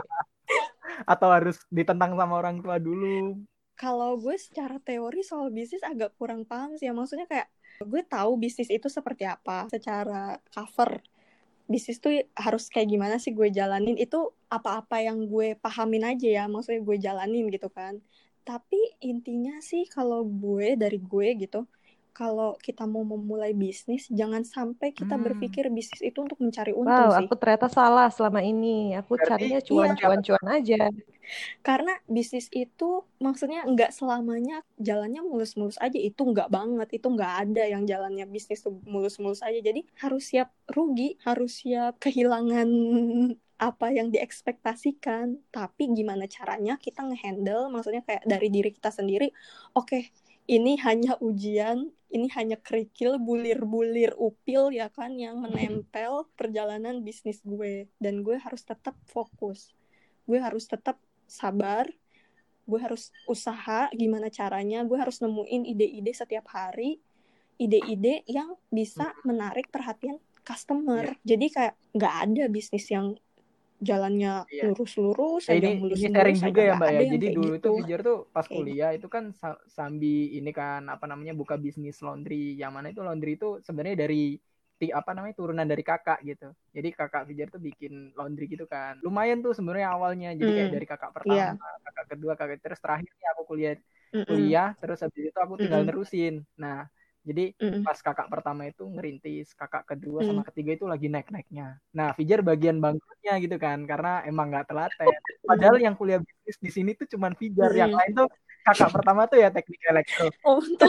Atau harus ditentang sama orang tua dulu. Kalau gue secara teori soal bisnis agak kurang paham sih ya, maksudnya kayak gue tahu bisnis itu seperti apa secara cover, bisnis tuh harus kayak gimana sih gue jalanin, itu apa-apa yang gue pahamin aja ya, maksudnya gue jalanin gitu kan. Tapi intinya sih kalau gue dari gue gitu, kalau kita mau memulai bisnis jangan sampai kita Hmm. berpikir bisnis itu untuk mencari untung Wow, sih. aku ternyata salah selama ini. Aku Berarti carinya iya. cuan-cuan-cuan aja. Karena bisnis itu maksudnya nggak selamanya jalannya mulus-mulus aja, itu nggak banget, itu nggak ada yang jalannya bisnis tuh mulus-mulus aja. Jadi harus siap rugi, harus siap kehilangan apa yang diekspektasikan. Tapi gimana caranya kita ngehandle, maksudnya kayak dari diri kita sendiri, oke okay, ini hanya ujian, ini hanya kerikil, bulir-bulir upil ya kan yang menempel perjalanan bisnis gue, dan gue harus tetap fokus, gue harus tetap sabar, gue harus usaha gimana caranya, gue harus nemuin ide-ide setiap hari, ide-ide yang bisa menarik perhatian customer. Yeah. Jadi kayak nggak ada bisnis yang jalannya yeah. lurus-lurus ya, aja, ini, mulus-mulus ini sharing aja, juga ya Mbak ya. Jadi dulu gitu. tuh Fijar tuh pas kayak kuliah gitu. Itu kan sambil ini kan apa namanya buka bisnis laundry, yang mana itu laundry itu sebenarnya dari apa namanya turunan dari kakak gitu. Jadi kakak Fijar tuh bikin laundry gitu kan. Lumayan tuh sebenarnya awalnya. Jadi kayak hmm. dari kakak pertama, yeah. kakak kedua, kakak terus terakhirnya aku kuliah Mm-mm. kuliah terus habis itu aku tinggal Mm-mm. nerusin. Nah, jadi Mm-mm. pas kakak pertama itu ngerintis, kakak kedua Mm. sama ketiga itu lagi naik-naiknya. Nah, Fijar bagian bangkrutnya gitu kan, karena emang nggak telaten. Padahal yang kuliah bisnis di sini tuh cuman Fijar, Mm. yang lain tuh kakak pertama tuh ya teknik elektro. Oh, untung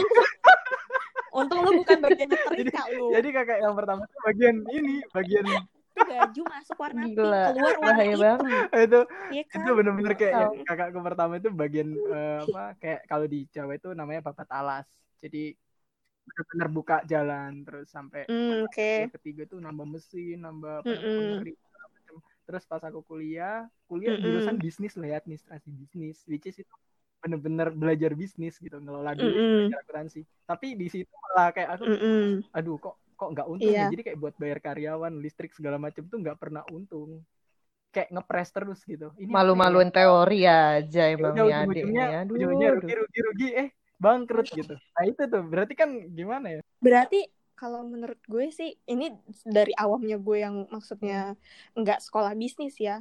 untung lu bukan bagian nyetrika lu. Jadi kakak yang pertama tuh bagian ini, bagian itu baju masuk warna pink, keluar warna bahaya hitam. itu ya kan? itu bener-bener kayak oh. yang kakakku pertama itu bagian uh, apa kayak kalau di Jawa itu namanya babat alas. Jadi benar-benar buka jalan terus sampai mm, okay. ketiga tuh nambah mesin, nambah pengering. Terus pas aku kuliah, kuliah Mm-mm. jurusan bisnis lah ya, administrasi bisnis, which is itu bener-bener belajar bisnis gitu, ngelola duit, Mm-mm. belajar akuntansi. Tapi di situ malah kayak aku, Mm-mm. aduh kok kok nggak untung ya. Iya. Jadi kayak buat bayar karyawan, listrik segala macam tuh nggak pernah untung. Kayak ngepres terus gitu. Ini apa ya? Malu-maluin teori aja Ya emang udah nih adik ujung-ujungnya, nih. Aduh, ujung-ujungnya aduh. rugi rugi rugi eh bangkrut gitu. Nah itu tuh berarti kan gimana ya? Berarti kalau menurut gue sih, ini dari awamnya gue yang maksudnya nggak sekolah bisnis ya,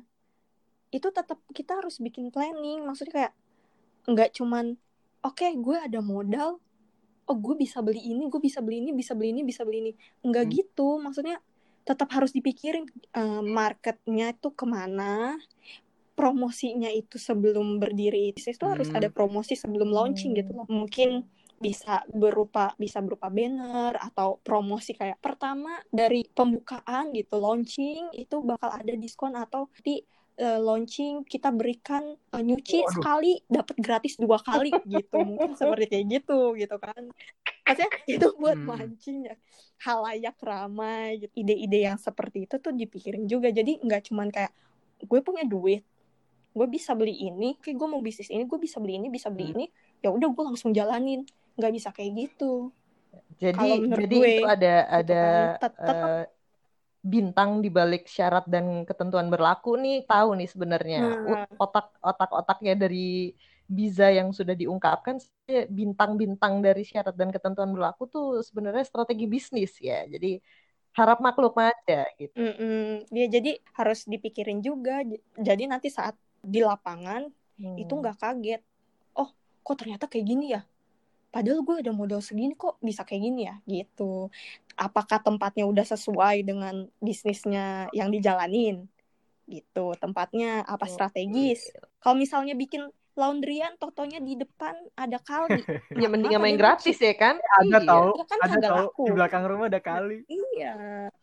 itu tetap kita harus bikin planning. Maksudnya kayak nggak cuman oke okay, gue ada modal, oh gue bisa beli ini, gue bisa beli ini, bisa beli ini, bisa beli ini. Nggak Hmm. gitu, maksudnya tetap harus dipikirin uh, marketnya itu kemana, promosinya itu sebelum berdiri bisnis itu Hmm. harus ada promosi sebelum launching gitu loh. Mungkin bisa berupa bisa berupa banner atau promosi kayak pertama dari pembukaan gitu, launching itu bakal ada diskon atau di uh, launching kita berikan uh, nyuci Waduh. sekali dapat gratis dua kali gitu. Mungkin seperti kayak gitu gitu kan. Maksudnya itu buat Hmm. mancing ya, halayak ramai gitu. Ide-ide yang seperti itu tuh dipikirin juga. Jadi nggak cuman kayak gue punya duit, gue bisa beli ini, kayak gue mau bisnis ini, gue bisa beli ini, bisa beli ini, ya udah gue langsung jalanin. Nggak bisa kayak gitu. Jadi Kalau menurut jadi gue, itu ada gitu ada kan. Tetap eh, bintang di balik syarat dan ketentuan berlaku nih, tahu nih sebenarnya nah, otak otak-otaknya dari Biza yang sudah diungkapkan, bintang-bintang dari syarat dan ketentuan berlaku tuh sebenarnya strategi bisnis ya. Jadi harap maklum aja gitu. mm-mm. Ya, jadi harus dipikirin juga. Jadi nanti saat di lapangan Hmm. itu nggak kaget. Oh, kok ternyata kayak gini ya? Padahal gue ada modal segini kok bisa kayak gini ya gitu. Apakah tempatnya udah sesuai dengan bisnisnya yang dijalanin gitu, tempatnya apa strategis. Kalau misalnya bikin laundryan totonya di depan ada kali, Ya mendingan main pada gratis nyuci. ya kan? Ada Iya. tahu, Ya kan ada kagak tahu laku. di belakang rumah ada kali. Iya.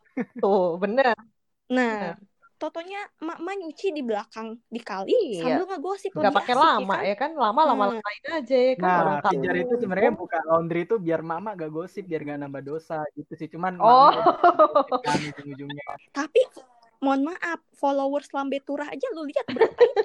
Tuh, bener. Nah, totonya emak-emak nyuci di belakang di kali Iya. sambil ngegosip, Nggak lebih pakai asik lama ya kan? ya kan? Lama-lama Hmm. lamain aja ya kan? Orang Nah, pijar itu kampung. sebenarnya buka laundry itu biar mama gak gosip, biar gak nambah dosa gitu sih. Cuman Oh. mama kan ujung-ujungnya. Tapi mohon maaf, followers Lambe Turah aja lu lihat berapa itu?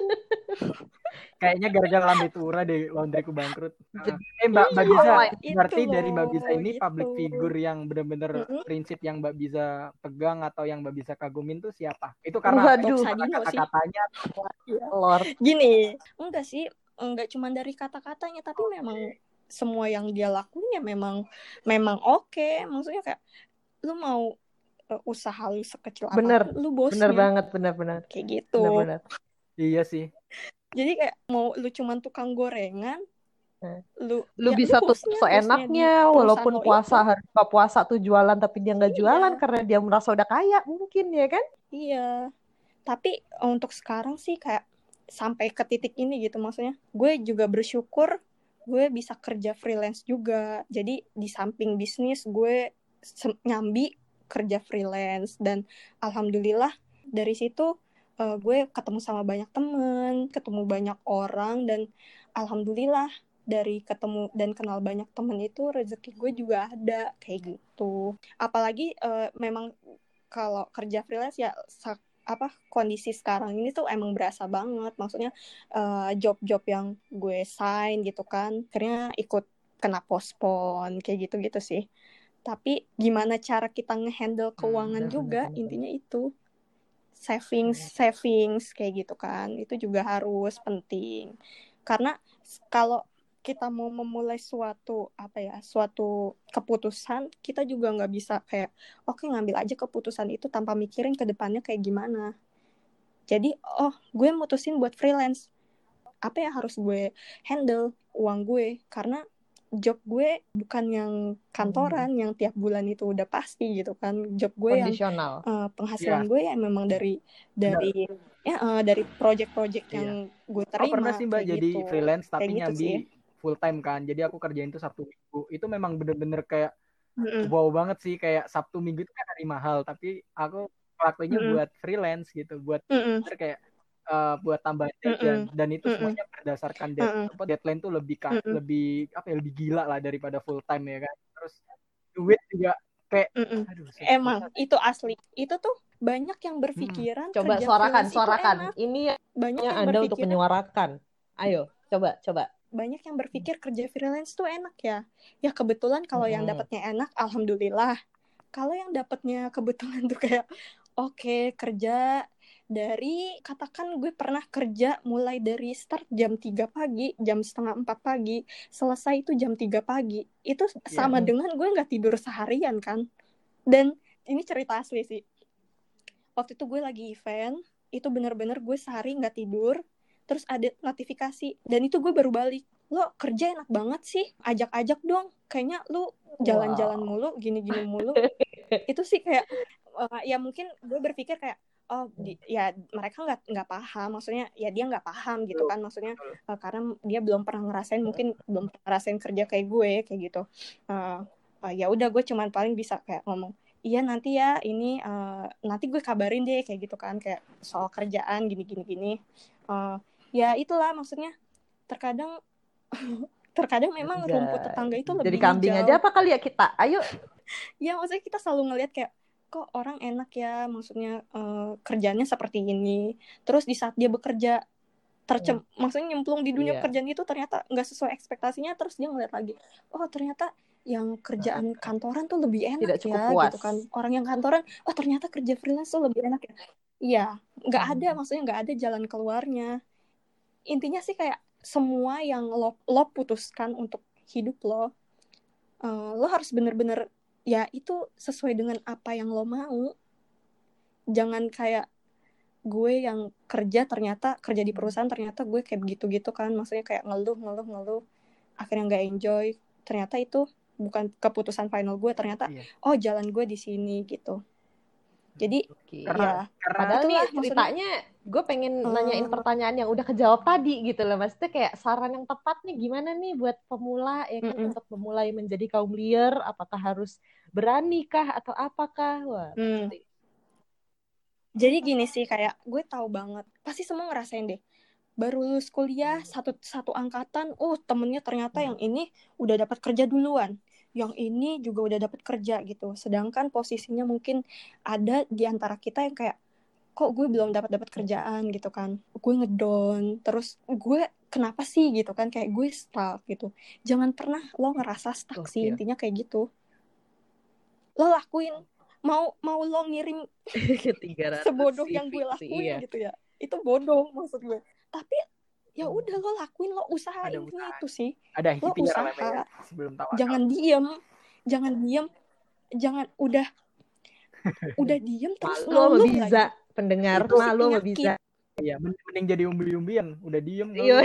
Kayaknya gara-gara Lambe Turah deh laundryku bangkrut. Nah, Jadi, eh Mbak Mbak iya, Biza, itu berarti loh, dari Mbak Biza ini gitu. public figure yang benar-benar Mm-mm. prinsip yang Mbak Biza pegang atau yang Mbak Biza kagumin tuh siapa? Itu karena apa? Waduh. Karena kata-katanya atau Ya. Lord. Gini, enggak sih, enggak cuma dari kata-katanya, tapi okay. memang semua yang dia lakuin ya memang memang oke. Okay. Maksudnya kayak lu mau uh, usaha lu sekecil bener, apapun, lu bosnya. Bener banget, bener-bener. Kayak gitu. Bener-bener. Iya sih. Jadi kayak mau lu cuma tukang gorengan, Hmm. lu lu ya, bisa lu tutup seenaknya walaupun puasa hari buka puasa tuh jualan tapi dia nggak iya. jualan karena dia merasa udah kaya mungkin ya kan. Iya, tapi untuk sekarang sih kayak sampai ke titik ini gitu, maksudnya gue juga bersyukur gue bisa kerja freelance juga. Jadi di samping bisnis gue nyambi kerja freelance, dan alhamdulillah dari situ uh, gue ketemu sama banyak temen, ketemu banyak orang, dan alhamdulillah dari ketemu dan kenal banyak temen itu rezeki gue juga ada kayak gitu. Apalagi uh, memang kalau kerja freelance ya sak, apa kondisi sekarang ini tuh emang berasa banget. Maksudnya uh, job-job yang gue sign gitu kan, akhirnya ikut kena postpone kayak gitu-gitu sih. Tapi gimana cara kita ngehandle keuangan hmm, juga bener, bener. Intinya itu savings savings kayak gitu kan, itu juga harus penting. Karena kalau kita mau memulai suatu apa ya suatu keputusan, kita juga nggak bisa kayak oke okay, ngambil aja keputusan itu tanpa mikirin ke depannya kayak gimana. Jadi oh gue mutusin buat freelance, apa yang harus gue handle uang gue, karena job gue bukan yang kantoran hmm. yang tiap bulan itu udah pasti gitu kan. Job gue yang uh, penghasilan yeah. gue ya memang dari dari Benar. ya uh, dari project-project yeah. yang gue terima. Oh pernah sih Mbak jadi gitu. freelance tapi kayak nyambi gitu full time kan. Jadi aku kerjain tuh Sabtu Minggu. Itu memang bener-bener kayak mm-mm. wow banget sih, kayak Sabtu Minggu itu kan hari mahal, tapi aku waktunya Mm-mm. buat freelance gitu, buat Mm-mm. kayak uh, buat tambah deadline, dan itu Mm-mm. semuanya berdasarkan deadline. Mm-mm. Deadline tuh lebih ka- Mm-mm. lebih apa ya lebih gila lah daripada full time ya kan. Terus duit juga kayak Mm-mm. aduh, emang itu asli. Itu tuh banyak yang berpikiran coba kerja suarakan freelance itu suarakan enak. ini Banyak yang Anda untuk berpikiran menyuarakan. Ayo coba coba banyak yang berpikir kerja freelance tuh enak ya. Ya kebetulan kalau yang Mm-mm. dapatnya enak, alhamdulillah. Kalau yang dapatnya kebetulan tuh kayak oke kerja dari, katakan gue pernah kerja mulai dari start jam tiga pagi, jam setengah empat pagi, selesai itu jam tiga pagi. Itu sama Mm. dengan gue nggak tidur seharian kan. Dan ini cerita asli sih. Waktu itu gue lagi event, itu bener-bener gue sehari nggak tidur, terus ada notifikasi, dan itu gue baru balik. Lo kerja enak banget sih, ajak-ajak dong. Kayaknya lo jalan-jalan Wow. mulu, gini-gini mulu. Itu sih kayak, uh, ya mungkin gue berpikir kayak, oh di, ya mereka nggak nggak paham, maksudnya ya dia nggak paham gitu kan, maksudnya uh, karena dia belum pernah ngerasain, mungkin belum pernah ngerasain kerja kayak gue kayak gitu. Uh, uh, ya udah gue cuman paling bisa kayak ngomong, iya nanti ya ini uh, nanti gue kabarin deh kayak gitu kan, kayak soal kerjaan gini gini gini. Uh, ya itulah maksudnya, terkadang terkadang memang rumput tetangga itu Jadi lebih kambing hijau. aja apa kali ya kita? Ayo. Ya maksudnya kita selalu ngelihat kayak kok orang enak ya, maksudnya uh, kerjanya seperti ini, terus di saat dia bekerja tercem, hmm. maksudnya nyemplung di dunia Iya. pekerjaan itu ternyata nggak sesuai ekspektasinya, terus dia ngeliat lagi, oh ternyata yang kerjaan kantoran tuh lebih enak Tidak cukup ya puas. gitu kan, orang yang kantoran, oh ternyata kerja freelance tuh lebih enak ya. Iya, nggak Hmm. ada, maksudnya nggak ada jalan keluarnya. Intinya sih kayak semua yang lo, lo putuskan untuk hidup lo, uh, lo harus bener-bener ya itu sesuai dengan apa yang lo mau. Jangan kayak gue yang kerja ternyata kerja di perusahaan ternyata gue kayak begitu-gitu kan, maksudnya kayak ngeluh ngeluh ngeluh akhirnya nggak enjoy, ternyata itu bukan keputusan final gue, ternyata iya. oh jalan gue di sini gitu. Jadi okay. ya karena padahal nih ceritanya gue pengen uh, nanyain pertanyaan yang udah kejawab tadi gitu loh, maksudnya kayak saran yang tepat nih gimana nih buat pemula ya kan, mm-mm. untuk memulai menjadi kaum leader, apakah harus berani kah atau apakah? Wah hmm. pasti. Jadi gini sih, kayak gue tahu banget pasti semua ngerasain deh, baru lulus kuliah satu satu angkatan, oh temennya ternyata yang ini udah dapat kerja duluan, yang ini juga udah dapat kerja gitu, sedangkan posisinya mungkin ada di antara kita yang kayak kok gue belum dapat dapat kerjaan gitu kan, gue ngedown, terus gue kenapa sih gitu kan, kayak gue stuck gitu. Jangan pernah lo ngerasa stuck sih, intinya kayak gitu. Lo lakuin, mau mau lo ngirim sebodoh yang gue lakuin iya. gitu ya, itu bodoh maksud gue, tapi ya udah lo lakuin, lo usaha, ada intinya usaha. itu sih, ada lo usaha ya, sebelum jangan diem jangan diem jangan udah udah diem terus malu ngeluh bisa lagi. Pendengar itu malu sama bisa ya, mending jadi umbi-umbian, udah diem ngeluh.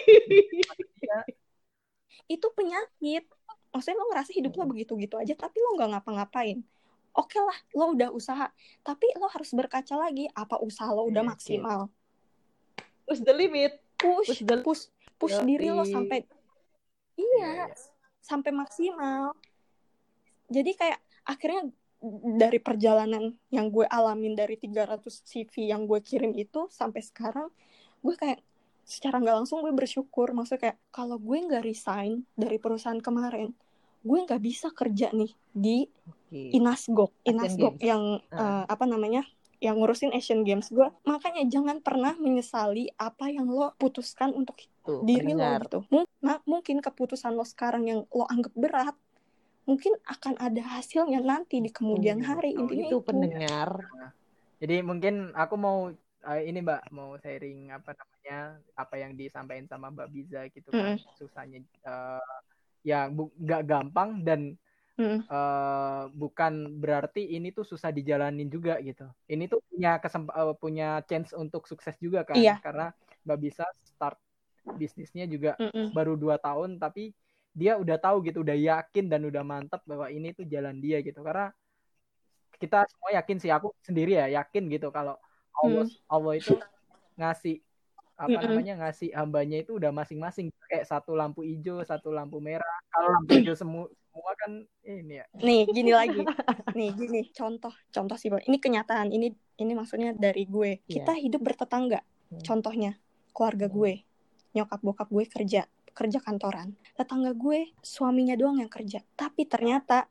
Itu penyakit, maksudnya lo ngerasa hidup lo begitu-gitu aja tapi lo nggak ngapa-ngapain. Oke lah, lo udah usaha, tapi lo harus berkaca lagi, apa usaha lo udah maksimal? Push the limit, push, push, the... push, push diri lo sampai, iya, yeah. sampai maksimal. Jadi kayak akhirnya dari perjalanan yang gue alamin dari tiga ratus C V yang gue kirim itu sampai sekarang, gue kayak secara nggak langsung gue bersyukur, maksudnya kayak kalau gue nggak resign dari perusahaan kemarin, gue nggak bisa kerja nih di okay. Inasgok, Inasgok yang uh. Uh, apa namanya, yang ngurusin Asian Games. Gue makanya jangan pernah menyesali apa yang lo putuskan untuk Tuh, diri pendengar. Lo gitu. Nah, mungkin keputusan lo sekarang yang lo anggap berat, mungkin akan ada hasilnya nanti di kemudian hari. Oh, intinya itu, itu pendengar. Nah, jadi mungkin aku mau uh, ini Mbak mau sharing apa namanya apa yang disampaikan sama Mbak Biza gitu kan, mm. susahnya uh, ya bu- gak gampang dan mm. uh, bukan berarti ini tuh susah dijalanin juga gitu. Ini tuh punya kesemp- uh, punya chance untuk sukses juga kan, iya. Karena Mbak Biza start bisnisnya juga Mm-mm. baru dua tahun tapi dia udah tahu gitu, udah yakin dan udah mantap bahwa ini tuh jalan dia gitu. Karena kita semua yakin sih, aku sendiri ya yakin gitu kalau Allah mm. Allah itu ngasih apa Mm-mm. namanya ngasih hambanya itu udah masing-masing, kayak satu lampu hijau, satu lampu merah. Kalau lampu hijau semua semua kan ini ya. Nih gini lagi, nih gini contoh contoh sih, ini kenyataan, ini ini maksudnya dari gue. Yeah. Kita hidup bertetangga. Hmm. Contohnya keluarga hmm. gue, nyokap bokap gue kerja kerja kantoran. Tetangga gue suaminya doang yang kerja, tapi ternyata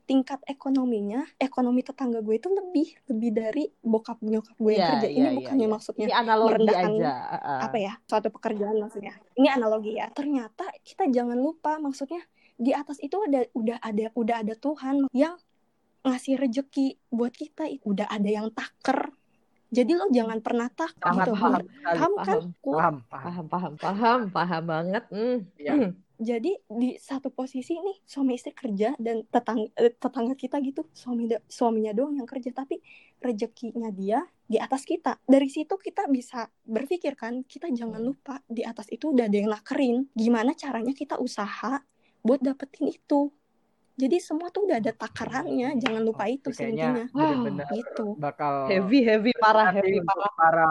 tingkat ekonominya, ekonomi tetangga gue itu lebih lebih dari bokap nyokap gue yang Iya, kerja. iya, Ini iya, bukannya iya. maksudnya Ini analogi merendahkan aja. uh-uh. apa ya, suatu pekerjaan maksudnya. Ini analogi ya. Ternyata kita jangan lupa, maksudnya di atas itu ada udah ada udah ada Tuhan yang ngasih rejeki buat kita. Udah ada yang taker. Jadi lo jangan pernah takut Sangat gitu. paham Bener. sekali. Paham kan? Paham, Ku- Paham, paham. paham, paham, paham, paham banget. Hmm. Iya. Jadi di satu posisi nih suami istri kerja dan tetangga, tetangga kita gitu suami suaminya doang yang kerja, tapi rezekinya dia di atas kita. Dari situ kita bisa berpikir kan, kita jangan lupa di atas itu udah ada yang nakerin. Gimana caranya kita usaha buat dapetin itu. Jadi semua tuh udah ada takarannya, jangan lupa itu sih intinya. Kayaknya benar-benar Gitu. bakal Heavy, heavy, parah, nanti heavy, untuk parah. para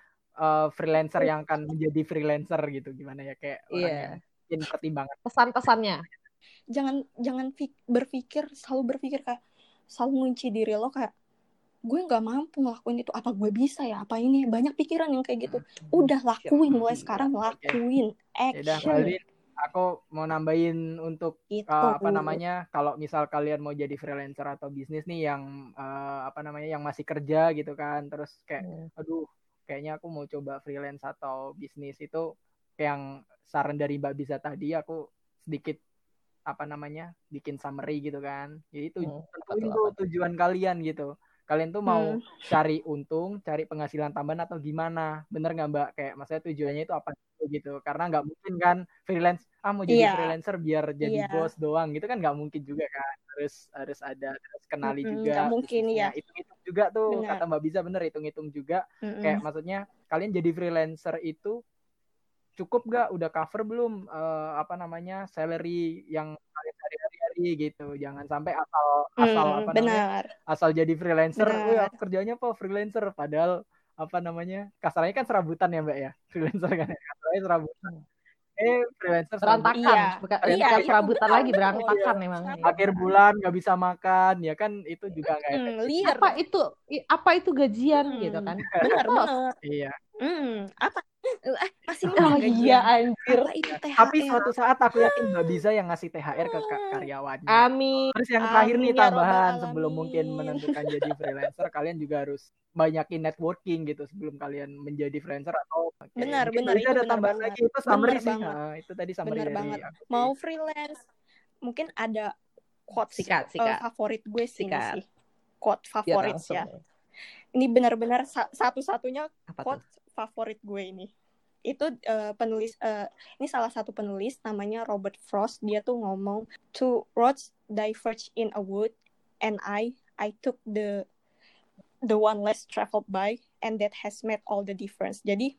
uh, freelancer yang akan menjadi freelancer gitu, gimana ya, kayak orang Iya. yang mungkin pertimbangan. Pesan-pesannya. Jangan jangan fik- berpikir selalu berpikir kayak selalu ngunci diri lo kayak gue nggak mampu ngelakuin itu, apa gue bisa ya, apa ini, banyak pikiran yang kayak gitu. Udah lakuin mulai sekarang, lakuin Yaudah, action. Mbak aku mau nambahin untuk Itu. uh, apa namanya, kalau misal kalian mau jadi freelancer atau bisnis nih yang uh, apa namanya yang masih kerja gitu kan, terus kayak Hmm. aduh kayaknya aku mau coba freelance atau bisnis, itu yang saran dari Mbak Bisa tadi aku sedikit apa namanya bikin summary gitu kan. Jadi itu Hmm, tentuin betul, tuh betul. tujuan kalian gitu. Kalian tuh mau Hmm. cari untung, cari penghasilan tambahan atau gimana? Bener nggak Mbak? Kayak maksudnya tujuannya itu apa gitu? Karena nggak mungkin kan freelance, ah mau jadi Iya. freelancer biar jadi Iya. bos doang gitu kan, nggak mungkin juga kan. Harus harus ada terus kenali Mm-mm, juga nggak mungkin, bisnisnya. ya. Hitung-hitung juga tuh, Benar. kata Mbak Bisa bener, hitung-hitung juga. Mm-mm. Kayak maksudnya kalian jadi freelancer itu cukup gak, udah cover belum uh, apa namanya salary yang kalian sehari-hari gitu. Jangan sampai asal asal Mm, apa namanya benar. asal jadi freelancer, wih Benar. aku kerjanya apa freelancer, padahal apa namanya kasarnya kan serabutan ya Mbak ya, freelancer kan ya, kasarnya serabutan. Eh freelancer Berantakan, Iya. bukan, Iya, bukan itu serabutan benar, lagi, betul. berantakan emang. Serabutan. akhir bulan nggak bisa makan, ya kan itu juga nggak Mm, efektif. liar. Apa itu? i- Apa itu gajian Hmm, gitu kan? benar, Terus, benar. Iya. Hmm, apa? Eh, masih oh mending iya gajian. anjir. Apa itu T H R? Tapi suatu saat aku yakin Mbak Bisa yang ngasih T H R ke ka- karyawannya. Amin. Terus yang terakhir nih Amin ya tambahan, robbal sebelum mungkin alamin. menentukan jadi freelancer, kalian juga harus banyakin networking gitu sebelum kalian menjadi freelancer atau oke. Benar, Mungkin benar, Mbak Bisa itu ada benar tambahan banget. lagi, itu summary Benar sih. banget. Nah, itu tadi summary Benar dari banget. aku sih. Mau freelance, mungkin ada quotes Sikat, eh, sikat. favorit gue sih ini Sikat. sih. Quote Biar favorit langsung. ya. Ini benar-benar sa- satu-satunya Apa tuh? quote favorit gue ini. Itu eh, penulis eh, ini salah satu penulis namanya Robert Frost. Dia tuh ngomong, two roads diverge in a wood and I I took the the one less traveled by and that has made all the difference. Jadi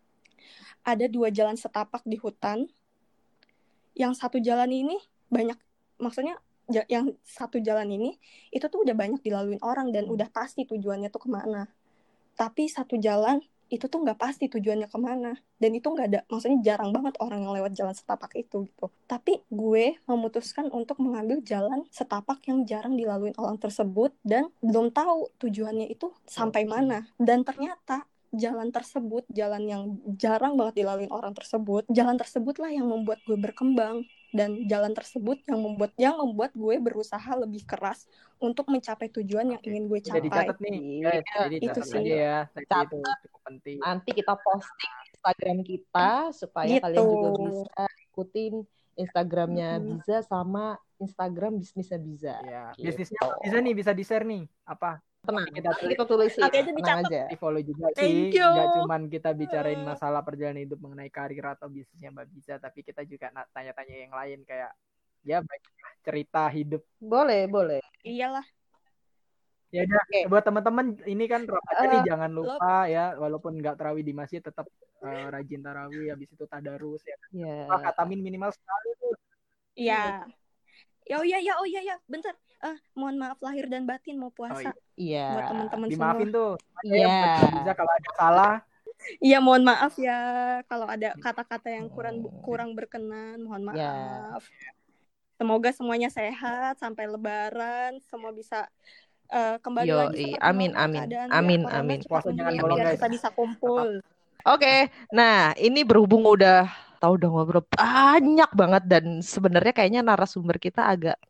ada dua jalan setapak di hutan. Yang satu jalan ini banyak, maksudnya ja- yang satu jalan ini itu tuh udah banyak dilaluin orang dan udah pasti tujuannya tuh kemana. Tapi satu jalan itu tuh nggak pasti tujuannya kemana, dan itu nggak ada, maksudnya jarang banget orang yang lewat jalan setapak itu gitu. Tapi gue memutuskan untuk mengambil jalan setapak yang jarang dilaluin orang tersebut dan belum tahu tujuannya itu sampai mana. Dan ternyata jalan tersebut, jalan yang jarang banget dilalui orang tersebut, jalan tersebutlah yang membuat gue berkembang, dan jalan tersebut yang membuat yang membuat gue berusaha lebih keras untuk mencapai tujuan yang Oke. ingin gue Udah capai. dicatat nih, guys. Jadi Itu catat sih. aja ya. Jadi Catat. itu cukup penting. Nanti kita posting Instagram kita supaya Gitu. kalian juga bisa ikutin Instagramnya Mm-mm. Biza sama Instagram bisnisnya Biza. Ya, Gitu. bisnisnya bisa nih, bisa di-share nih. Apa? Tenang, Kita nanti kita tulisin. Nanti aja Tenang dicatat. aja. di follow juga Thank sih, you. nggak cuman kita bicarain masalah perjalanan hidup mengenai karir atau bisnisnya Mbak Bisa, tapi kita juga na- tanya-tanya yang lain kayak ya baik cerita hidup. Boleh, boleh. Iyalah. Ya udah, Oke. buat teman-teman ini kan Ramadan Eh, nih, jangan lupa ya, walaupun nggak tarawih di masjid tetap eh, rajin tarawih, habis itu tadarus ya. Ya. Wah, katamin minimal sekali tuh. Iya. Ya, oh iya, ya, oh iya, ya, bentar. Eh, mohon maaf lahir dan batin mau puasa. Iya. Buat teman-teman semua. Dimaafin tuh. Iya. Mbak Bisa kalau ada salah. Iya, mohon maaf ya kalau ada kata-kata yang kurang kurang berkenan, mohon maaf. Ya. Semoga semuanya sehat sampai lebaran, semua bisa eh, kembali Yo, lagi i, seperti amin, normal amin. keadaan. Amin, Biar corona amin. cepat Puasa jangan menghilang, bolong, biar guys. kita bisa kumpul. Oke, nah ini berhubung udah tahu udah ngobrol banyak banget dan sebenarnya kayaknya narasumber kita agak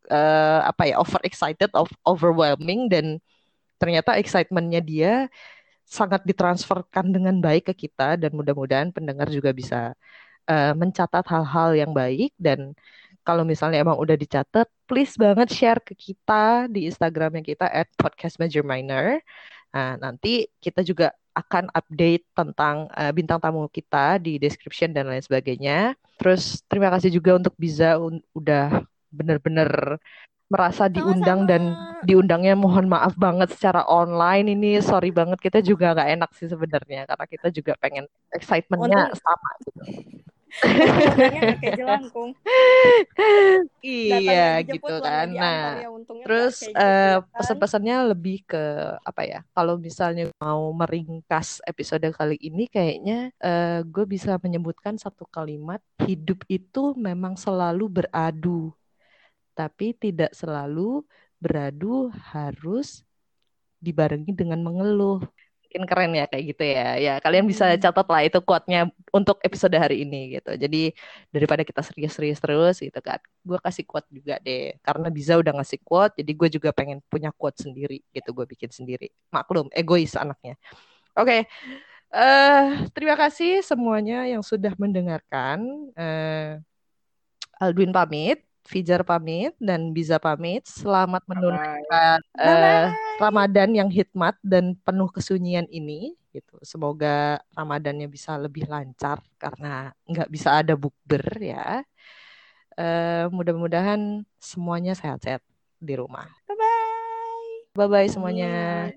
uh, apa ya over excited, of overwhelming, dan ternyata excitementnya dia sangat ditransferkan dengan baik ke kita, dan mudah-mudahan pendengar juga bisa uh, mencatat hal-hal yang baik. Dan kalau misalnya emang udah dicatat, please banget share ke kita di Instagramnya kita at podcast major minor. Nah, nanti kita juga akan update tentang uh, bintang tamu kita di description dan lain sebagainya. Terus terima kasih juga untuk Biza un- udah bener-bener merasa diundang, dan Sama-sama. diundangnya mohon maaf banget secara online ini, sorry banget, kita juga nggak enak sih sebenarnya karena kita juga pengen excitementnya Untung sama gitu. untung undangnya nggak kayak jelangkung. Datang Iya nggak dijemput, gitu pulang kan. nggak diantar, Nah, ya untungnya nggak terus kayak gitu eh, ya kan. pesan-pesannya lebih ke apa ya? Kalau misalnya mau meringkas episode kali ini, kayaknya eh, gue bisa menyebutkan satu kalimat: hidup itu memang selalu beradu, tapi tidak selalu beradu harus dibarengi dengan mengeluh. Mungkin keren ya kayak gitu ya. Ya, kalian bisa Hmm. catat lah itu quote-nya untuk episode hari ini gitu. Jadi daripada kita serius-serius terus gitu kan, gue kasih quote juga deh. Karena Biza udah ngasih quote, jadi gue juga pengen punya quote sendiri gitu. Gue bikin sendiri. Maklum, egois anaknya. Oke, eh terima kasih semuanya yang sudah mendengarkan. Eh, Aldwin pamit, Fijar pamit, dan Biza pamit. Selamat Bye. menunaikan Bye eh, bye. Ramadan yang hikmat dan penuh kesunyian ini. Gitu. Semoga Ramadannya bisa lebih lancar karena nggak bisa ada bukber ya. Eh, mudah-mudahan semuanya sehat-sehat di rumah. Bye bye. Bye-bye semuanya. Amin.